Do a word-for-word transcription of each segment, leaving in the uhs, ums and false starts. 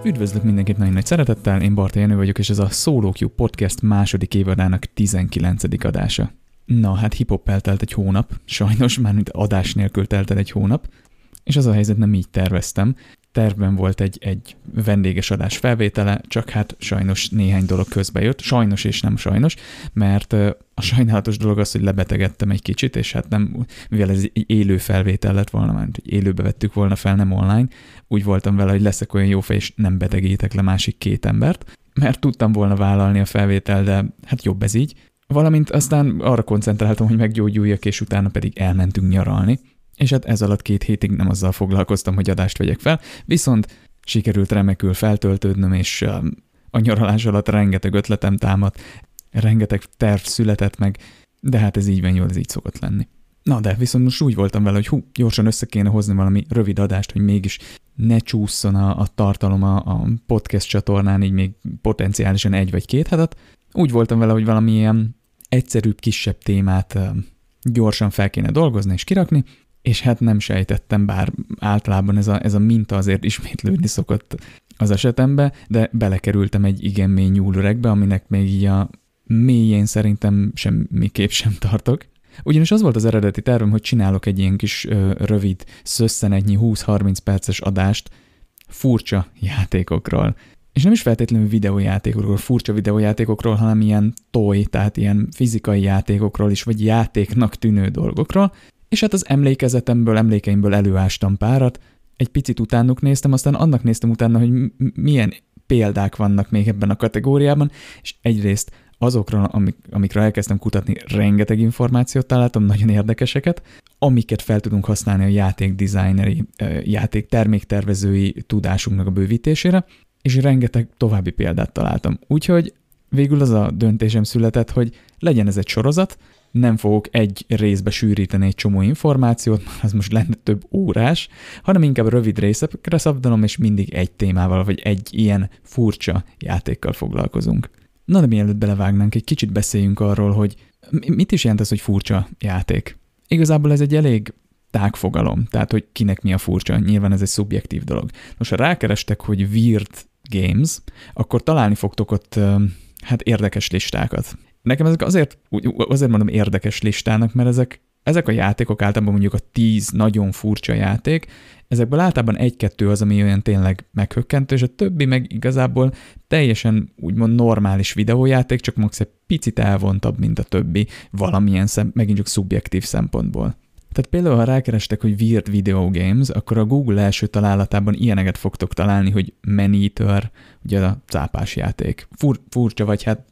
Üdvözlök mindenkit nagyon nagy szeretettel, én Barta Jenő vagyok, és ez a SoloQ Podcast második évadának tizenkilencedik adása. Na, hát hip-hoppel telt egy hónap, sajnos már mint adás nélkül telt el egy hónap, és az a helyzet, nem így terveztem. Tervben volt egy, egy vendéges adás felvétele, csak hát sajnos néhány dolog közbe jött, sajnos és nem sajnos, mert a sajnálatos dolog az, hogy lebetegedtem egy kicsit, és hát nem, mivel ez egy élő felvétel lett volna, mert élőbe vettük volna fel, nem online, úgy voltam vele, hogy leszek olyan jó fej, és nem betegítek le másik két embert, mert tudtam volna vállalni a felvétel, de hát jobb ez így. Valamint aztán arra koncentráltam, hogy meggyógyuljak, és utána pedig elmentünk nyaralni. És hát ez alatt két hétig nem azzal foglalkoztam, hogy adást vegyek fel, viszont sikerült remekül feltöltődnöm, és a nyaralás alatt rengeteg ötletem támadt, rengeteg terv született meg, de hát ez így van, jól, ez így szokott lenni. Na de viszont most úgy voltam vele, hogy hú, gyorsan össze kéne hozni valami rövid adást, hogy mégis ne csúszson a, a tartalom a, a podcast csatornán, így még potenciálisan egy vagy két hetet. Úgy voltam vele, hogy valami ilyen egyszerűbb, kisebb témát gyorsan fel kéne dolgozni és kirakni, és hát nem sejtettem, bár általában ez a, ez a minta azért ismétlődni szokott az esetembe, de belekerültem egy igen mély nyúlüregbe, aminek még így a mélyén szerintem semmiképp sem tartok. Ugyanis az volt az eredeti tervem, hogy csinálok egy ilyen kis ö, rövid, szösszenetnyi húsz-harminc perces adást furcsa játékokról. És nem is feltétlenül videójátékokról, furcsa videójátékokról, hanem ilyen toy, tehát ilyen fizikai játékokról is, vagy játéknak tűnő dolgokról. És hát az emlékezetemből, emlékeimből előástam párat, egy picit utánuk néztem, aztán annak néztem utána, hogy m- milyen példák vannak még ebben a kategóriában, és egyrészt azokra, amik, amikre elkezdtem kutatni, rengeteg információt találtam, nagyon érdekeseket, amiket fel tudunk használni a játékdesigneri, játék terméktervezői tudásunknak a bővítésére, és rengeteg további példát találtam. Úgyhogy végül az a döntésem született, hogy legyen ez egy sorozat, nem fogok egy részbe sűríteni egy csomó információt, az most lenne több órás, hanem inkább rövid részekre szabdalom, és mindig egy témával, vagy egy ilyen furcsa játékkal foglalkozunk. Na de mielőtt belevágnánk, egy kicsit beszéljünk arról, hogy mit is jelent ez, hogy furcsa játék. Igazából ez egy elég tág fogalom, tehát hogy kinek mi a furcsa, nyilván ez egy szubjektív dolog. Most ha rákerestek, hogy weird games, akkor találni fogtok ott hát érdekes listákat. Nekem ezek azért, azért mondom érdekes listának, mert ezek, ezek a játékok általában mondjuk a tíz nagyon furcsa játék, ezekből általában egy-kettő az, ami olyan tényleg meghökkentő, és a többi meg igazából teljesen úgymond normális videójáték, csak max egy picit elvontabb, mint a többi, valamilyen szem, megint csak szubjektív szempontból. Tehát például, ha rákerestek, hogy Weird Video Games, akkor a Google első találatában ilyeneket fogtok találni, hogy Maneater, ugye a cápás játék. Fur, furcsa, vagy hát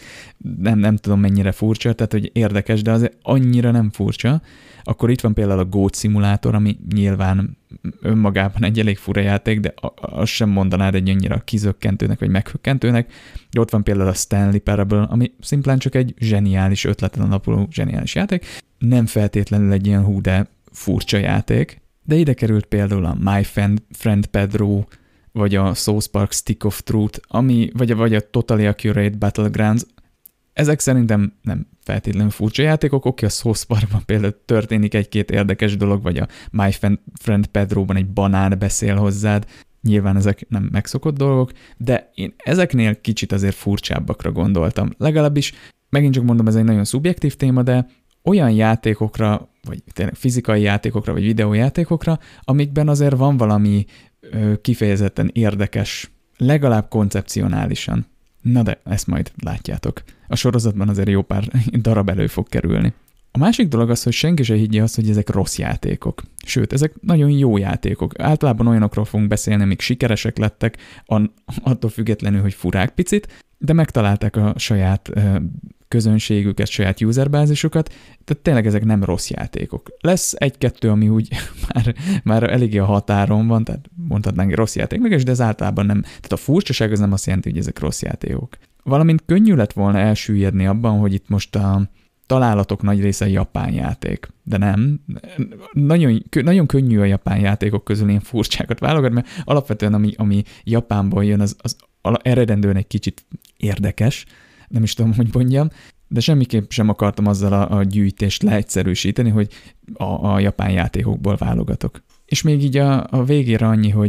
nem, nem tudom mennyire furcsa, tehát hogy érdekes, de azért annyira nem furcsa. Akkor itt van például a Goat Simulator, ami nyilván önmagában egy elég fura játék, de azt sem mondanád egy annyira kizökkentőnek, vagy meghökkentőnek. Ott van például a Stanley Parable, ami szimplán csak egy zseniális ötleten alapuló zseniális játék. Nem feltétlenül egy ilyen hú, de furcsa játék, de ide került például a My Friend, Friend Pedro, vagy a South Park Stick of Truth, ami, vagy, a, vagy a Totally Accurate Battlegrounds. Ezek szerintem nem feltétlenül furcsa játékok, oké, a South Parkban például történik egy-két érdekes dolog, vagy a My Friend Pedroban egy banán beszél hozzád, nyilván ezek nem megszokott dolgok, de én ezeknél kicsit azért furcsábbakra gondoltam. Legalábbis, megint csak mondom, ez egy nagyon szubjektív téma, de olyan játékokra, vagy tényleg fizikai játékokra, vagy videójátékokra, amikben azért van valami ö, kifejezetten érdekes, legalább koncepcionálisan. Na de ezt majd látjátok. A sorozatban azért jó pár darab elő fog kerülni. A másik dolog az, hogy senki se higgye azt, hogy ezek rossz játékok. Sőt, ezek nagyon jó játékok. Általában olyanokról fogunk beszélni, amik sikeresek lettek, attól függetlenül, hogy furák picit, de megtalálták a saját ö, közönségüket, saját userbázisukat, tehát tényleg ezek nem rossz játékok. Lesz egy-kettő, ami úgy már, már eléggé a határon van, tehát mondhatnánk rossz játéknak is, de ez általában nem. Tehát a furcsaság az nem azt jelenti, hogy ezek rossz játékok. Valamint könnyű lett volna elsüllyedni abban, hogy itt most a találatok nagy része japán játék. De nem. Nagyon, nagyon könnyű a japán játékok közül ilyen furcsákat válogatni, mert alapvetően ami, ami Japánból jön, az, az eredendően egy kicsit érdekes, nem is tudom, hogy mondjam, de semmiképp sem akartam azzal a, a gyűjtést leegyszerűsíteni, hogy a, a japán játékokból válogatok. És még így a, a végére annyi, hogy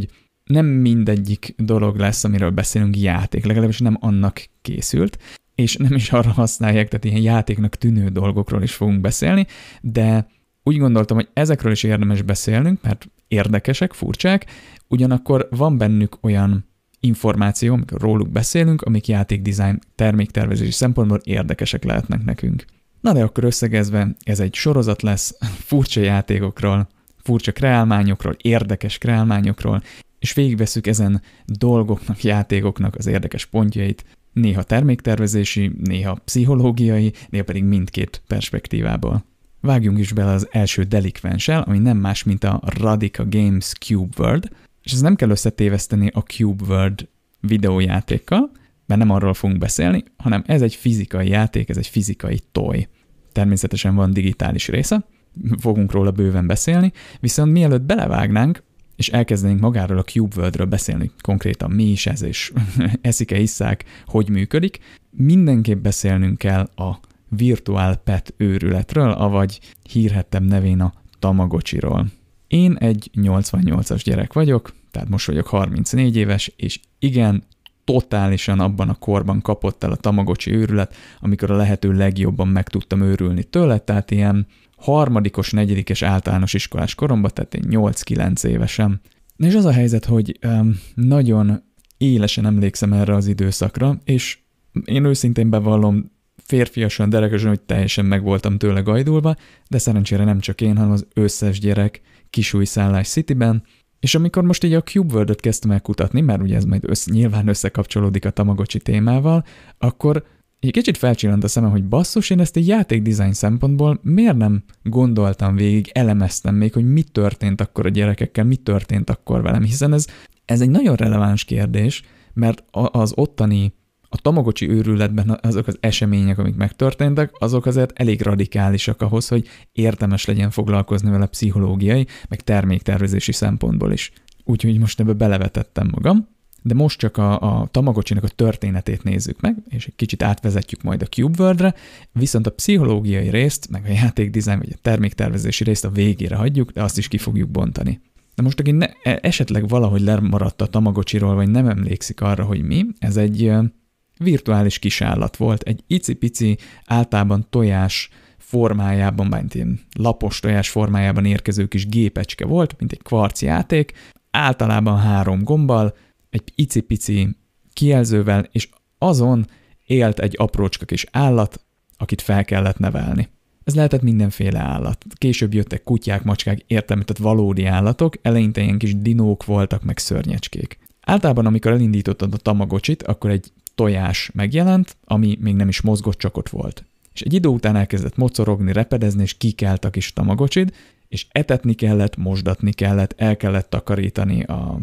nem mindegyik dolog lesz, amiről beszélünk játék, legalábbis nem annak készült, és nem is arra használják, tehát ilyen játéknak tűnő dolgokról is fogunk beszélni, de úgy gondoltam, hogy ezekről is érdemes beszélnünk, mert érdekesek, furcsák, ugyanakkor van bennük olyan információ, amikor róluk beszélünk, amik játékdesign terméktervezési szempontból érdekesek lehetnek nekünk. Na de akkor összegezve, ez egy sorozat lesz furcsa játékokról, furcsa kreálmányokról, érdekes kreálmányokról, és végigvesszük ezen dolgoknak, játékoknak az érdekes pontjait, néha terméktervezési, néha pszichológiai, néha pedig mindkét perspektívából. Vágjunk is bele az első delikvenssel, ami nem más, mint a Radica Games Cube World, és ez nem kell összetéveszteni a Cube World videójátékkal, mert nem arról fogunk beszélni, hanem ez egy fizikai játék, ez egy fizikai toy. Természetesen van digitális része, fogunk róla bőven beszélni, viszont mielőtt belevágnánk, és elkezdenénk magáról a Cube Worldről beszélni, konkrétan mi is ez, és eszik-e, isszák, hogy működik, mindenképp beszélnünk kell a virtuál pet őrületről, avagy hírhedtebb nevén a Tamagotchiról. Én egy nyolcvannyolcas gyerek vagyok, tehát most vagyok harmincnégy éves, és igen, totálisan abban a korban kapott el a Tamagotchi őrület, amikor a lehető legjobban meg tudtam őrülni tőle, tehát ilyen harmadikos, negyedikes általános iskolás koromban, tehát én nyolc-kilenc évesen. És az a helyzet, hogy um, nagyon élesen emlékszem erre az időszakra, és én őszintén bevallom, férfiasan, derekesen, hogy teljesen meg voltam tőle gajdulva, de szerencsére nem csak én, hanem az összes gyerek kisújszállás Cityben, és amikor most így a Cube World-öt kezdtem el kutatni, mert ugye ez majd össze, nyilván összekapcsolódik a Tamagotchi témával, akkor egy kicsit felcsillant a szemem, hogy basszus, én ezt egy játékdesign szempontból miért nem gondoltam végig, elemeztem még, hogy mi történt akkor a gyerekekkel, mi történt akkor velem, hiszen ez, ez egy nagyon releváns kérdés, mert az ottani a Tamagotchi őrületben azok az események, amik megtörténtek, azok azért elég radikálisak ahhoz, hogy érdemes legyen foglalkozni vele pszichológiai, meg terméktervezési szempontból is. Úgyhogy most ebbe belevetettem magam, de most csak a, a Tamagotchinak a történetét nézzük meg, és egy kicsit átvezetjük majd a Cube Worldre, viszont a pszichológiai részt, meg a játékdesign, vagy a terméktervezési részt a végére hagyjuk, de azt is ki fogjuk bontani. De most, aki ne, esetleg valahogy lemaradt a Tamagotchiról, vagy nem emlékszik arra, hogy mi, ez egy virtuális kisállat volt, egy icipici, általában tojás formájában, bánt ilyen lapos tojás formájában érkező kis gépecske volt, mint egy kvarc játék, általában három gombbal, egy icipici kijelzővel, és azon élt egy aprócska kis állat, akit fel kellett nevelni. Ez lehetett mindenféle állat. Később jöttek kutyák, macskák, értelme, tehát valódi állatok, eleinte ilyen kis dinók voltak, meg szörnyecskék. Általában, amikor elindítottad a Tamagotchit, akkor egy tojás megjelent, ami még nem is mozgott, csak ott volt. És egy idő után elkezdett mocorogni, repedezni, és kikelt a kis Tamagotchid, és etetni kellett, mosdatni kellett, el kellett takarítani a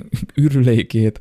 ürülékét,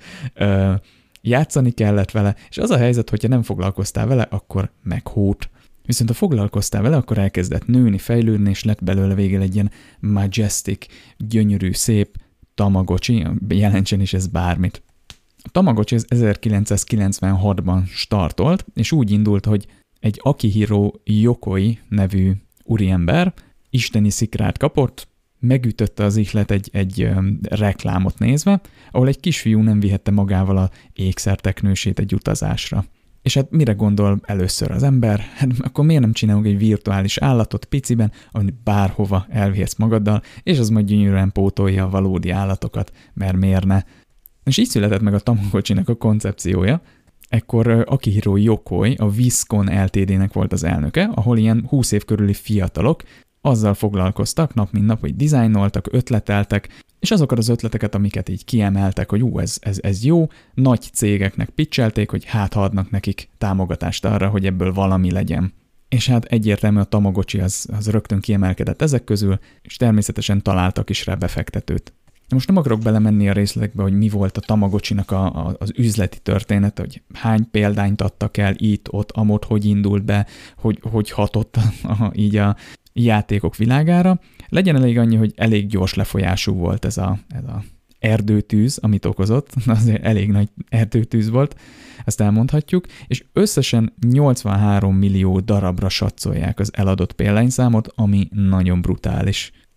játszani kellett vele, és az a helyzet, hogyha nem foglalkoztál vele, akkor meghót. Viszont ha foglalkoztál vele, akkor elkezdett nőni, fejlődni, és lett belőle végül egy ilyen majestic, gyönyörű, szép Tamagotchi, jelentsen is ez bármit. A Tamagotchi ez ezerkilencszázkilencvenhatban startolt, és úgy indult, hogy egy Akihiro Yokoi nevű úriember isteni szikrát kapott, megütötte az ihlet egy, egy um, reklámot nézve, ahol egy kisfiú nem vihette magával a ékszerteknősét egy utazásra. És hát mire gondol először az ember? Hát akkor miért nem csinálunk egy virtuális állatot piciben, amit bárhova elvihetsz magaddal, és az majd gyönyörűen pótolja a valódi állatokat, mert miért ne? És így született meg a Tamagotchinak a koncepciója. Ekkor Akihiro Yokoi, a Viscon Ltd-nek volt az elnöke, ahol ilyen húsz év körüli fiatalok azzal foglalkoztak nap mint nap, hogy dizájnoltak, ötleteltek, és azokat az ötleteket, amiket így kiemeltek, hogy ú, ez, ez, ez jó, nagy cégeknek pitchelték, hogy hát ha adnak nekik támogatást arra, hogy ebből valami legyen. És hát egyértelmű a Tamagotchi az, az rögtön kiemelkedett ezek közül, és természetesen találtak is rá befektetőt. Most nem akarok belemenni a részletekbe, hogy mi volt a Tamagotchinak a, a, az üzleti története, hogy hány példányt adtak el itt, ott, amott, hogy indult be, hogy, hogy hatott a, a, így a játékok világára. Legyen elég annyi, hogy elég gyors lefolyású volt ez a, ez a erdőtűz, amit okozott, azért elég nagy erdőtűz volt, ezt elmondhatjuk, és összesen nyolcvanhárom millió darabra satszolják az eladott példányszámot, ami nagyon brutális.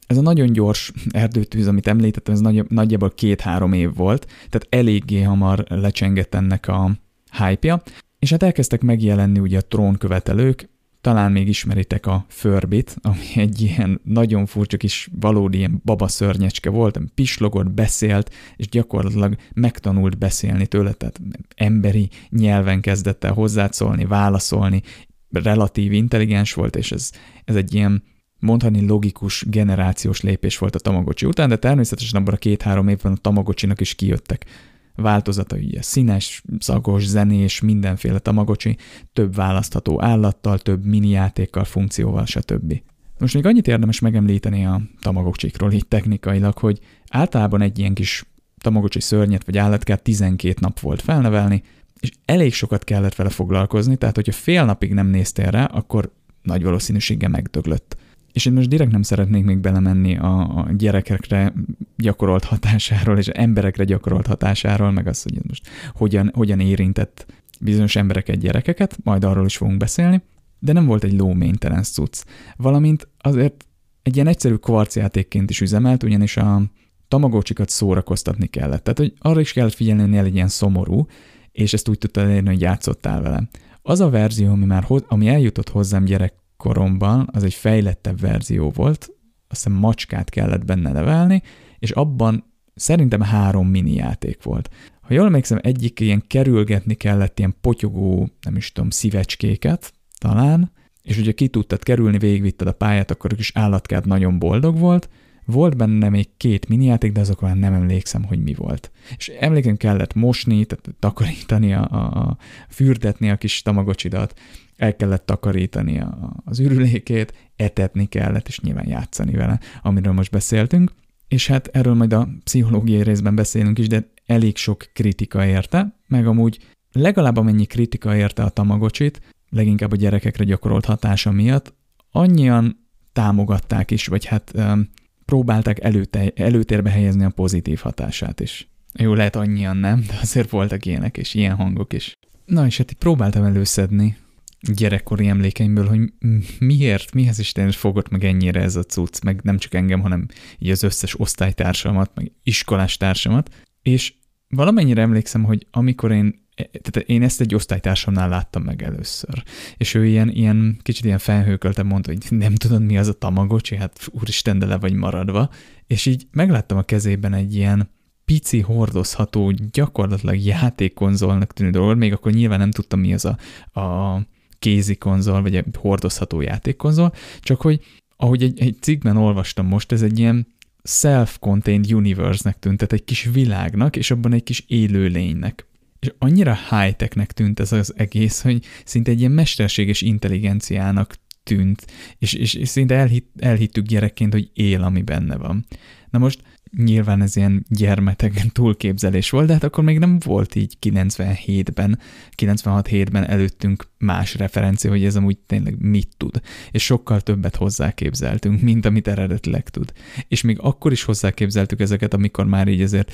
Ez a nagyon gyors erdőtűz, amit említettem, ez nagy, nagyjából két-három év volt, tehát eléggé hamar lecsengett ennek a hype-ja, és hát elkezdtek megjelenni ugye a trónkövetelők, talán még ismeritek a Furbyt, ami egy ilyen nagyon furcsa kis valódi ilyen babaszörnyecske volt, ami pislogott, beszélt, és gyakorlatilag megtanult beszélni tőle, tehát emberi nyelven kezdett el hozzászólni, válaszolni, relatív intelligens volt, és ez, ez egy ilyen mondhatni logikus generációs lépés volt a Tamagocsi után, de természetesen abban a két-három évben a Tamagocsinak is kijöttek változata, ugye színes, szagos, zenés, mindenféle Tamagocsi, több választható állattal, több mini játékkal, funkcióval, stb. Most még annyit érdemes megemlíteni a Tamagocsikról így technikailag, hogy általában egy ilyen kis Tamagocsi szörnyet vagy állatkát tizenkét nap volt felnevelni, és elég sokat kellett vele foglalkozni, tehát hogyha fél napig nem néztél rá, akkor nagy valószínűséggel megdöglött. És én most direkt nem szeretnék még belemenni a, a gyerekekre gyakorolt hatásáról, és emberekre gyakorolt hatásáról, meg az, hogy most hogyan, hogyan érintett bizonyos embereket, gyerekeket, majd arról is fogunk beszélni, de nem volt egy low maintenance cucc. Valamint azért egy ilyen egyszerű kvarcjátékként is üzemelt, ugyanis a Tamagocsikat szórakoztatni kellett. Tehát, hogy arra is kellett figyelni, hogy ne legyen szomorú, és ezt úgy tudtad elérni, hogy játszottál vele. Az a verzió, ami már ami eljutott hozzám gyerekkoromban, az egy fejlettebb verzió volt, azt hiszem macskát kellett benne nevelni, és abban szerintem három mini játék volt. Ha jól emlékszem, egyik ilyen kerülgetni kellett ilyen potyogó, nem is tudom, szívecskéket talán, és ugye ki tudtad kerülni, végigvitted a pályát, akkor a kis állatkát nagyon boldog volt. Volt benne még két minijáték, de azokon nem emlékszem, hogy mi volt. És emlékszem, kellett mosni, tehát takarítani, a, a, fürdetni a kis Tamagocsidat, el kellett takarítani a, az ürülékét, etetni kellett, és nyilván játszani vele, amiről most beszéltünk. És hát erről majd a pszichológiai részben beszélünk is, de elég sok kritika érte, meg amúgy legalább amennyi kritika érte a Tamagocsit, leginkább a gyerekekre gyakorolt hatása miatt, annyian támogatták is, vagy hát um, próbálták előte, előtérbe helyezni a pozitív hatását is. Jó, lehet annyian nem, de azért voltak ilyenek és ilyen hangok is. Na és hát így próbáltam előszedni gyerekkori emlékeimből, hogy miért, mihez Isten fogott meg ennyire ez a cucc, meg nem csak engem, hanem így az összes osztálytársamat, meg iskolás társamat, és valamennyire emlékszem, hogy amikor én tehát én ezt egy osztálytársamnál láttam meg először. És ő ilyen, ilyen kicsit ilyen felhőköltem, mondta, hogy nem tudod, mi az a Tamagocsi, hát úristen, de le vagy maradva. És így megláttam a kezében egy ilyen pici, hordozható, gyakorlatilag játékkonzolnak tűnő dolgot, még akkor nyilván nem tudtam, mi az a, a kézi konzol, vagy egy hordozható játékkonzol, csak hogy ahogy egy, egy cikkben olvastam most, ez egy ilyen self-contained universe-nek tűnt, tehát egy kis világnak, és abban egy kis élőlénynek. És annyira high-technek tűnt ez az egész, hogy szinte egy ilyen mesterséges intelligenciának tűnt, és, és, és szinte elhitt, elhittük gyerekként, hogy él, ami benne van. Na most nyilván ez ilyen gyermeteken túlképzelés volt, de hát akkor még nem volt így kilencvenhétben, kilencvenhat-hétben előttünk más referencia, hogy ez amúgy tényleg mit tud. És sokkal többet hozzáképzeltünk, mint amit eredetileg tud. És még akkor is hozzáképzeltük ezeket, amikor már így ezért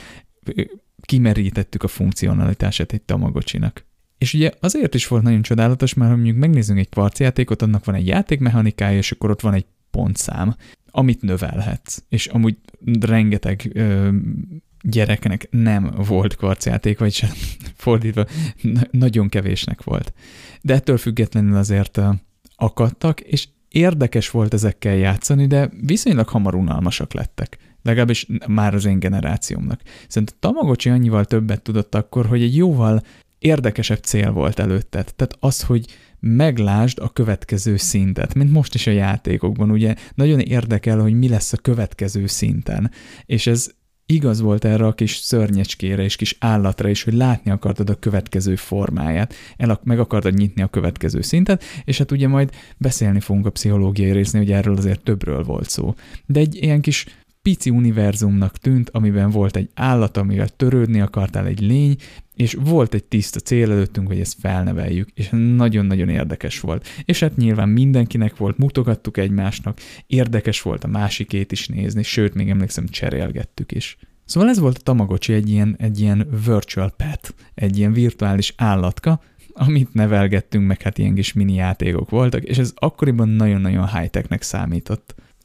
kimerítettük a funkcionalitását egy Tamagocsinak. És ugye azért is volt nagyon csodálatos, mert ha mondjuk megnézzünk egy kvarcjátékot, annak van egy játékmechanikája, és akkor ott van egy pontszám, amit növelhetsz. És amúgy rengeteg ö, gyereknek nem volt kvarcjáték, vagy sem fordítva, n- nagyon kevésnek volt. De ettől függetlenül azért ö, akadtak, és érdekes volt ezekkel játszani, de viszonylag hamar unalmasak lettek. Legalábbis már az én generációmnak. Szerintem a Tamagocsi annyival többet tudott akkor, hogy egy jóval érdekesebb cél volt előtted. Tehát az, hogy meglásd a következő szintet, mint most is a játékokban, ugye nagyon érdekel, hogy mi lesz a következő szinten. És ez igaz volt erre a kis szörnyecskére és kis állatra is, hogy látni akartad a következő formáját, el, meg akartad nyitni a következő szintet, és hát ugye majd beszélni fogunk a pszichológiai résznél, hogy erről azért többről volt szó. De egy ilyen kis pici univerzumnak tűnt, amiben volt egy állat, amivel törődni akartál, egy lény, és volt egy tiszta cél előttünk, hogy ezt felneveljük, és nagyon-nagyon érdekes volt. És hát nyilván mindenkinek volt, mutogattuk egymásnak, érdekes volt a másikét is nézni, sőt, még emlékszem, cserélgettük is. Szóval ez volt a Tamagocsi, egy ilyen, egy ilyen virtual pet, egy ilyen virtuális állatka, amit nevelgettünk, meg hát ilyen kis mini játékok voltak, és ez akkoriban nagyon-nagyon high-technek számított.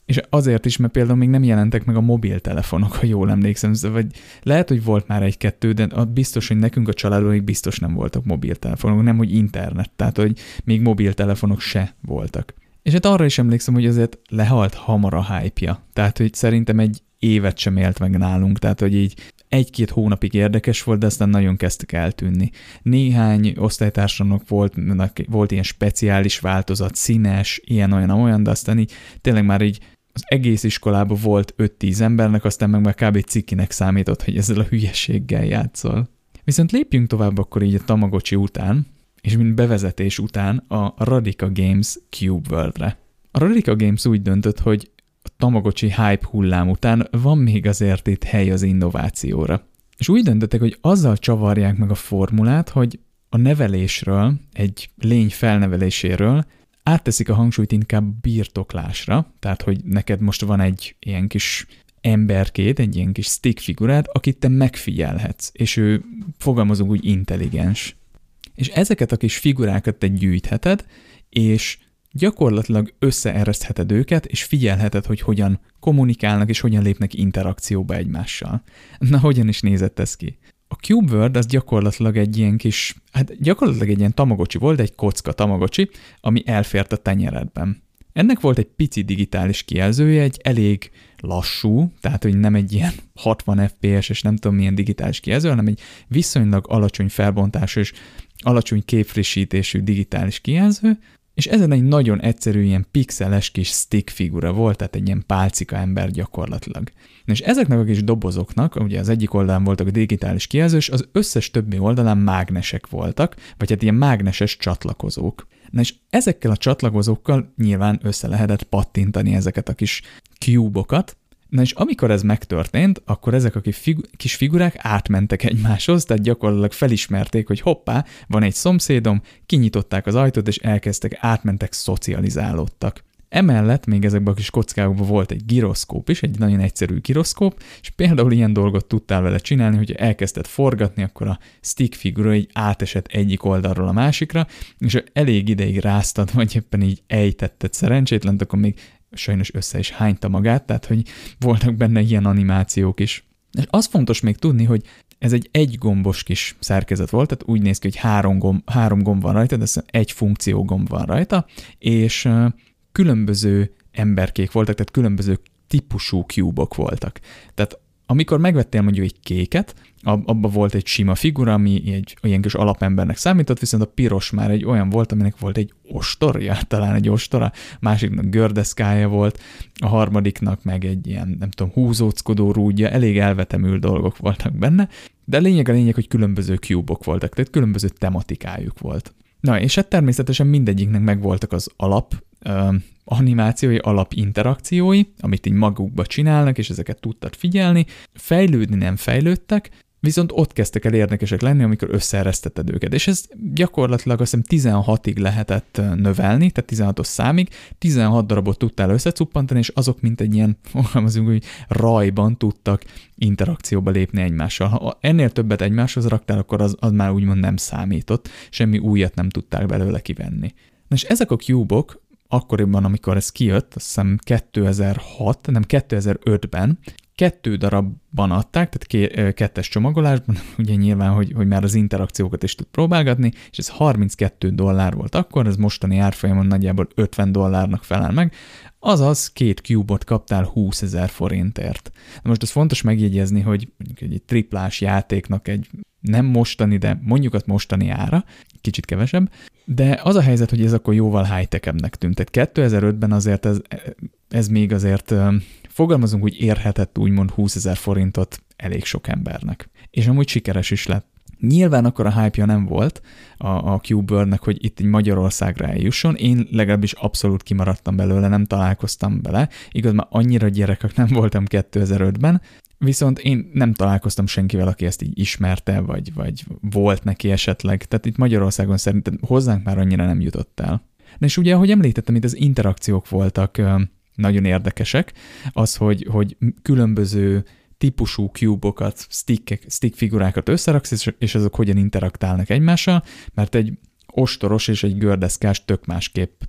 És azért is, mert például még nem jelentek meg a mobiltelefonok, ha jól emlékszem, vagy lehet, hogy volt már egy-kettő, de biztos, hogy nekünk a családban még biztos nem voltak mobiltelefonok, nem, hogy internet, tehát, hogy még mobiltelefonok se voltak. És hát arra is emlékszem, hogy azért lehalt hamar a hype-ja, tehát, hogy szerintem egy évet sem élt meg nálunk, tehát, hogy így egy-két hónapig érdekes volt, de aztán nagyon kezdtek eltűnni. Néhány osztálytársamnak volt, volt ilyen speciális változat, színes, ilyen-olyan-olyan, de aztán így tényleg már így az egész iskolában volt öt-tíz embernek, aztán meg már kb. Cikinek számított, hogy ezzel a hülyeséggel játszol. Viszont lépjünk tovább akkor így a Tamagotchi után, és mint bevezetés után a Radica Games Cube World-re. A Radica Games úgy döntött, hogy a Tamagotchi hype hullám után van még azért itt hely az innovációra. És úgy döntöttek, hogy azzal csavarják meg a formulát, hogy a nevelésről, egy lény felneveléséről átteszik a hangsúlyt inkább birtoklásra, tehát hogy neked most van egy ilyen kis emberkét, egy ilyen kis stick figurát, akit te megfigyelhetsz, és ő fogalmazunk úgy intelligens. És ezeket a kis figurákat te gyűjtheted, és gyakorlatilag összeeresztheted őket, és figyelheted, hogy hogyan kommunikálnak, és hogyan lépnek interakcióba egymással. Na, hogyan is nézett ez ki? A Cube World az gyakorlatilag egy ilyen kis, hát gyakorlatilag egy ilyen Tamagotchi volt, egy kocka Tamagotchi, ami elfért a tenyeredben. Ennek volt egy pici digitális kijelzője, egy elég lassú, tehát hogy nem egy ilyen hatvan ef pé es és nem tudom milyen digitális kijelző, hanem egy viszonylag alacsony felbontású és alacsony képfrissítésű digitális kijelző, és ezen egy nagyon egyszerű ilyen pixeles kis stick figura volt, tehát egy ilyen pálcika ember gyakorlatilag. És ezeknek a kis dobozoknak, ugye az egyik oldalán voltak a digitális kijelzős, az összes többi oldalán mágnesek voltak, vagy hát ilyen mágneses csatlakozók. Na és ezekkel a csatlakozókkal nyilván össze lehetett pattintani ezeket a kis cube-okat. Na és amikor ez megtörtént, akkor ezek a kis figurák átmentek egymáshoz, tehát gyakorlatilag felismerték, hogy hoppá, van egy szomszédom, kinyitották az ajtót, és elkezdtek, átmentek, szocializálódtak. Emellett még ezekben a kis kockákban volt egy giroszkóp is, egy nagyon egyszerű giroszkóp, és például ilyen dolgot tudtál vele csinálni, hogy elkezdted forgatni, akkor a stick figura így átesett egyik oldalról a másikra, és elég ideig ráztad, vagy éppen így ejtetted szerencsétlent, akkor még sajnos össze is hányta magát, tehát hogy voltak benne ilyen animációk is. És az fontos még tudni, hogy ez egy egygombos kis szerkezet volt, tehát úgy néz ki, hogy három gomb, három gomb van rajta, de egy funkció gomb van rajta, és különböző emberkék voltak, tehát különböző típusú cube-ok voltak. Tehát amikor megvettél mondjuk egy kéket, abban volt egy sima figura, ami egy olyan kis alapembernek számított, viszont a piros már egy olyan volt, aminek volt egy ostorja, talán egy ostora, másiknak gördeszkája volt, a harmadiknak meg egy ilyen, nem tudom, húzóckodó rúdja, elég elvetemül dolgok voltak benne, de a lényeg a lényeg, hogy különböző cube-ok voltak, tehát különböző tematikájuk volt. Na, és hát természetesen mindegyiknek megvoltak az alap ö, animációi, alap interakciói, amit így magukba csinálnak, és ezeket tudtad figyelni. Fejlődni nem fejlődtek, viszont ott kezdtek el érdekesek lenni, amikor összeeresztetted őket. És ez gyakorlatilag azt hiszem tizenhatig lehetett növelni, tehát tizenhatos számig, tizenhat darabot tudtál összecuppantani, és azok mint egy ilyen, fogalmazunk, hogy rajban tudtak interakcióba lépni egymással. Ha ennél többet egymáshoz raktál, akkor az, az már úgymond nem számított, semmi újat nem tudták belőle kivenni. Na és ezek a cube-ok akkoriban, amikor ez kijött, azt hiszem kétezer-hat, nem kétezer-ötben, kettő darabban adták, tehát kettes csomagolásban, ugye nyilván, hogy, hogy már az interakciókat is tud próbálgatni, és ez harminckettő dollár volt akkor, ez mostani árfolyamon nagyjából ötven dollárnak felel meg, azaz két cube-ot kaptál húszezer forintért. Na most ez fontos megjegyezni, hogy egy triplás játéknak egy nem mostani, de mondjuk az mostani ára, kicsit kevesebb, de az a helyzet, hogy ez akkor jóval high-techebbnek tűnt. Tehát kétezer-ötben azért ez, ez még azért fogalmazunk, hogy érhetett úgymond húszezer forintot elég sok embernek. És amúgy sikeres is lett. Nyilván akkor a hype-ja nem volt a, a Cube World-nek, hogy itt Magyarországra eljusson. Én legalábbis abszolút kimaradtam belőle, nem találkoztam bele. Igaz, már annyira gyerekek nem voltam kétezer-ötben, viszont én nem találkoztam senkivel, aki ezt így ismerte, vagy, vagy volt neki esetleg. Tehát itt Magyarországon szerintem hozzánk már annyira nem jutott el. De és ugye, ahogy említettem, itt az interakciók voltak nagyon érdekesek, az, hogy, hogy különböző típusú cube-okat, stick, stick figurákat összeraksz, és azok hogyan interaktálnak egymással, mert egy ostoros és egy gördeszkás tök másképp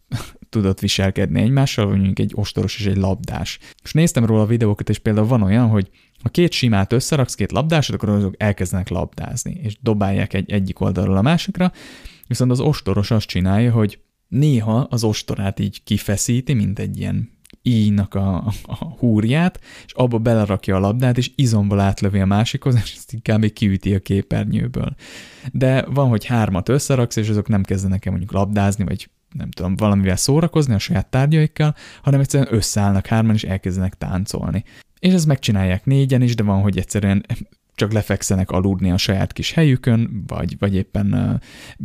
tudott viselkedni egymással, vagy mondjuk egy ostoros és egy labdás. És néztem róla a videókat, és például van olyan, hogy ha két simát összeraksz, két labdásot, akkor azok elkezdenek labdázni, és dobálják egy egyik oldalról a másikra, viszont az ostoros azt csinálja, hogy néha az ostorát így kifeszíti, mint egy ilyen íjnak a, a húrját, és abba belerakja a labdát, és izomból átlövi a másikhoz, és ezt inkább kiüti a képernyőből. De van, hogy hármat összeraksz, és azok nem kezdenek el mondjuk labdázni, vagy nem tudom, valamivel szórakozni a saját tárgyaikkal, hanem egyszerűen összeállnak hárman, és elkezdenek táncolni. És ezt megcsinálják négyen is, de van, hogy egyszerűen csak lefekszenek aludni a saját kis helyükön, vagy, vagy éppen uh,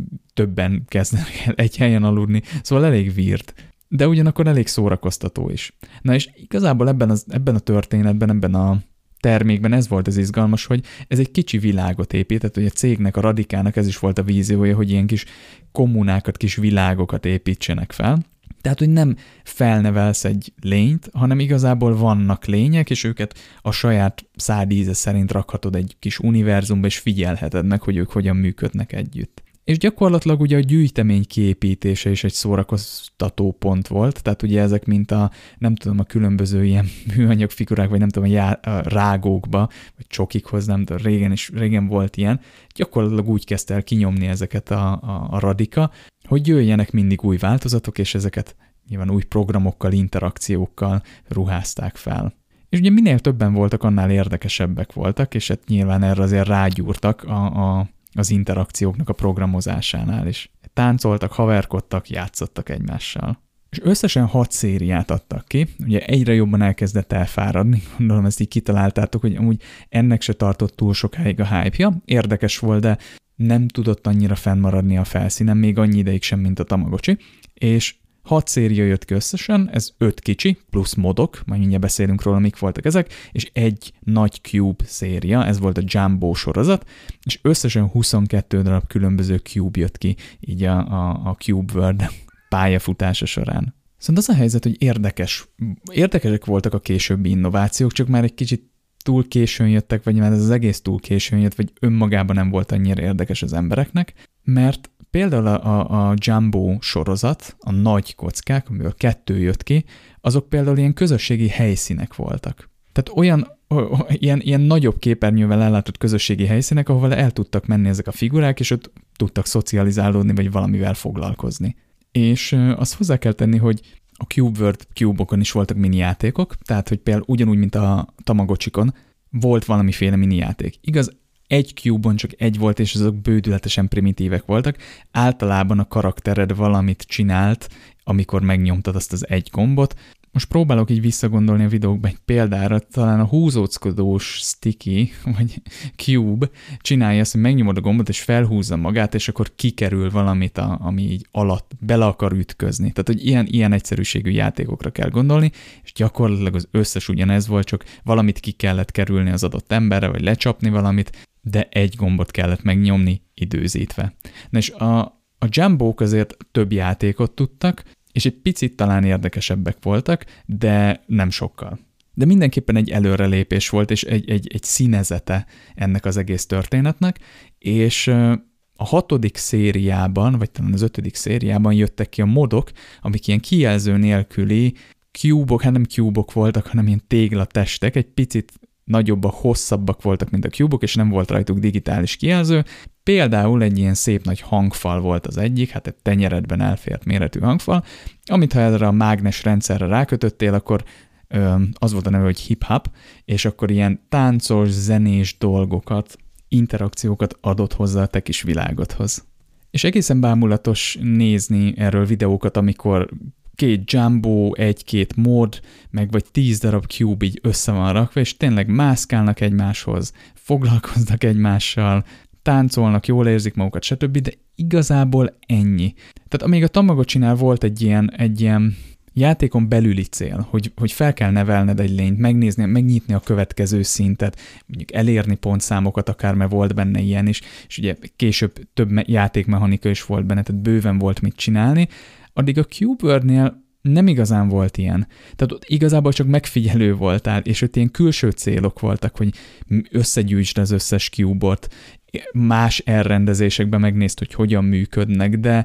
többen kezdenek el egy helyen aludni, szóval elég weird. De ugyanakkor elég szórakoztató is. Na és igazából ebben, az, ebben a történetben, ebben a termékben ez volt az izgalmas, hogy ez egy kicsi világot épített, hogy a cégnek, a Radikának ez is volt a víziója, hogy ilyen kis kommunákat, kis világokat építsenek fel. Tehát, hogy nem felnevelsz egy lényt, hanem igazából vannak lények, és őket a saját szádíze szerint rakhatod egy kis univerzumba, és figyelheted meg, hogy ők hogyan működnek együtt. És gyakorlatilag ugye a gyűjtemény kiépítése is egy szórakoztató pont volt, tehát ugye ezek mint a, nem tudom, a különböző ilyen műanyag figurák, vagy nem tudom, a, já, a rágókba, vagy csokikhoz, nem tudom, régen is, régen volt ilyen, gyakorlatilag úgy kezdte el kinyomni ezeket a, a, a Radika, hogy jöjjenek mindig új változatok, és ezeket nyilván új programokkal, interakciókkal ruházták fel. És ugye minél többen voltak, annál érdekesebbek voltak, és hát nyilván erre azért rágyúrtak a, a az interakcióknak a programozásánál is. Táncoltak, haverkodtak, játszottak egymással. És összesen hat szériát adtak ki, ugye egyre jobban elkezdett elfáradni, gondolom ezt így kitaláltátok, hogy amúgy ennek se tartott túl sokáig a hype-ja, érdekes volt, de nem tudott annyira fennmaradni a felszínen, még annyi ideig sem, mint a Tamagocsi, és hat széria jött ki összesen, ez öt kicsi, plusz modok, majd mindjárt beszélünk róla, mik voltak ezek, és egy nagy Cube széria, ez volt a Jumbo sorozat, és összesen huszonkettő darab különböző Cube jött ki így a, a, a Cube World pályafutása során. Szóval az a helyzet, hogy érdekes, érdekesek voltak a későbbi innovációk, csak már egy kicsit túl későn jöttek, vagy már ez az egész túl későn jött, vagy önmagában nem volt annyira érdekes az embereknek, mert például a, a, a Jumbo sorozat, a nagy kockák, amiből kettő jött ki, azok például ilyen közösségi helyszínek voltak. Tehát olyan, o, ilyen, ilyen nagyobb képernyővel ellátott közösségi helyszínek, ahol el tudtak menni ezek a figurák, és ott tudtak szocializálódni, vagy valamivel foglalkozni. És azt hozzá kell tenni, hogy a Cube World Cube-okon is voltak mini játékok, tehát hogy például ugyanúgy, mint a Tamagocsikon, volt valamiféle mini játék. Igaz, egy Cube-on csak egy volt, és azok bődületesen primitívek voltak. Általában a karaktered valamit csinált, amikor megnyomtad azt az egy gombot. Most próbálok így visszagondolni a videókban egy példára, talán a húzóckodós sticky, vagy Cube csinálja azt, hogy megnyomod a gombot, és felhúzza magát, és akkor kikerül valamit, a, ami így alatt bele akar ütközni. Tehát, hogy ilyen, ilyen egyszerűségű játékokra kell gondolni, és gyakorlatilag az összes ugyanez volt, csak valamit ki kellett kerülni az adott emberre, vagy lecsapni valamit, de egy gombot kellett megnyomni időzítve. Na és a, a Jumbók azért több játékot tudtak, és egy picit talán érdekesebbek voltak, de nem sokkal. De mindenképpen egy előrelépés volt, és egy, egy, egy színezete ennek az egész történetnek, és a hatodik szériában, vagy talán az ötödik szériában jöttek ki a modok, amik ilyen kijelző nélküli cube-ok, hát nem cube-ok voltak, hanem ilyen téglatestek, egy picit nagyobbak, hosszabbak voltak, mint a cube-ok, és nem volt rajtuk digitális kijelző. Például egy ilyen szép nagy hangfal volt az egyik, hát egy tenyeredben elfért méretű hangfal, amit ha erre a mágnes rendszerre rákötöttél, akkor ö, az volt a neve, hogy hip-hop, és akkor ilyen táncos, zenés dolgokat, interakciókat adott hozzá a te kis világodhoz. És egészen bámulatos nézni erről videókat, amikor két Jumbo, egy-két mod, meg vagy tíz darab Cube így össze van rakva, és tényleg mászkálnak egymáshoz, foglalkoznak egymással, táncolnak, jól érzik magukat, stb., de igazából ennyi. Tehát amíg a Tamagocsinál volt egy ilyen, egy ilyen játékon belüli cél, hogy, hogy fel kell nevelned egy lényt, megnézni, megnyitni a következő szintet, mondjuk elérni pontszámokat akár, mert volt benne ilyen is, és ugye később több játékmechanika is volt benne, tehát bőven volt mit csinálni, addig a Cube World-nél nem igazán volt ilyen. Tehát ott igazából csak megfigyelő voltál, és ott ilyen külső célok voltak, hogy összegyűjtsd az összes cube-ot, más elrendezésekben megnézd, hogy hogyan működnek, de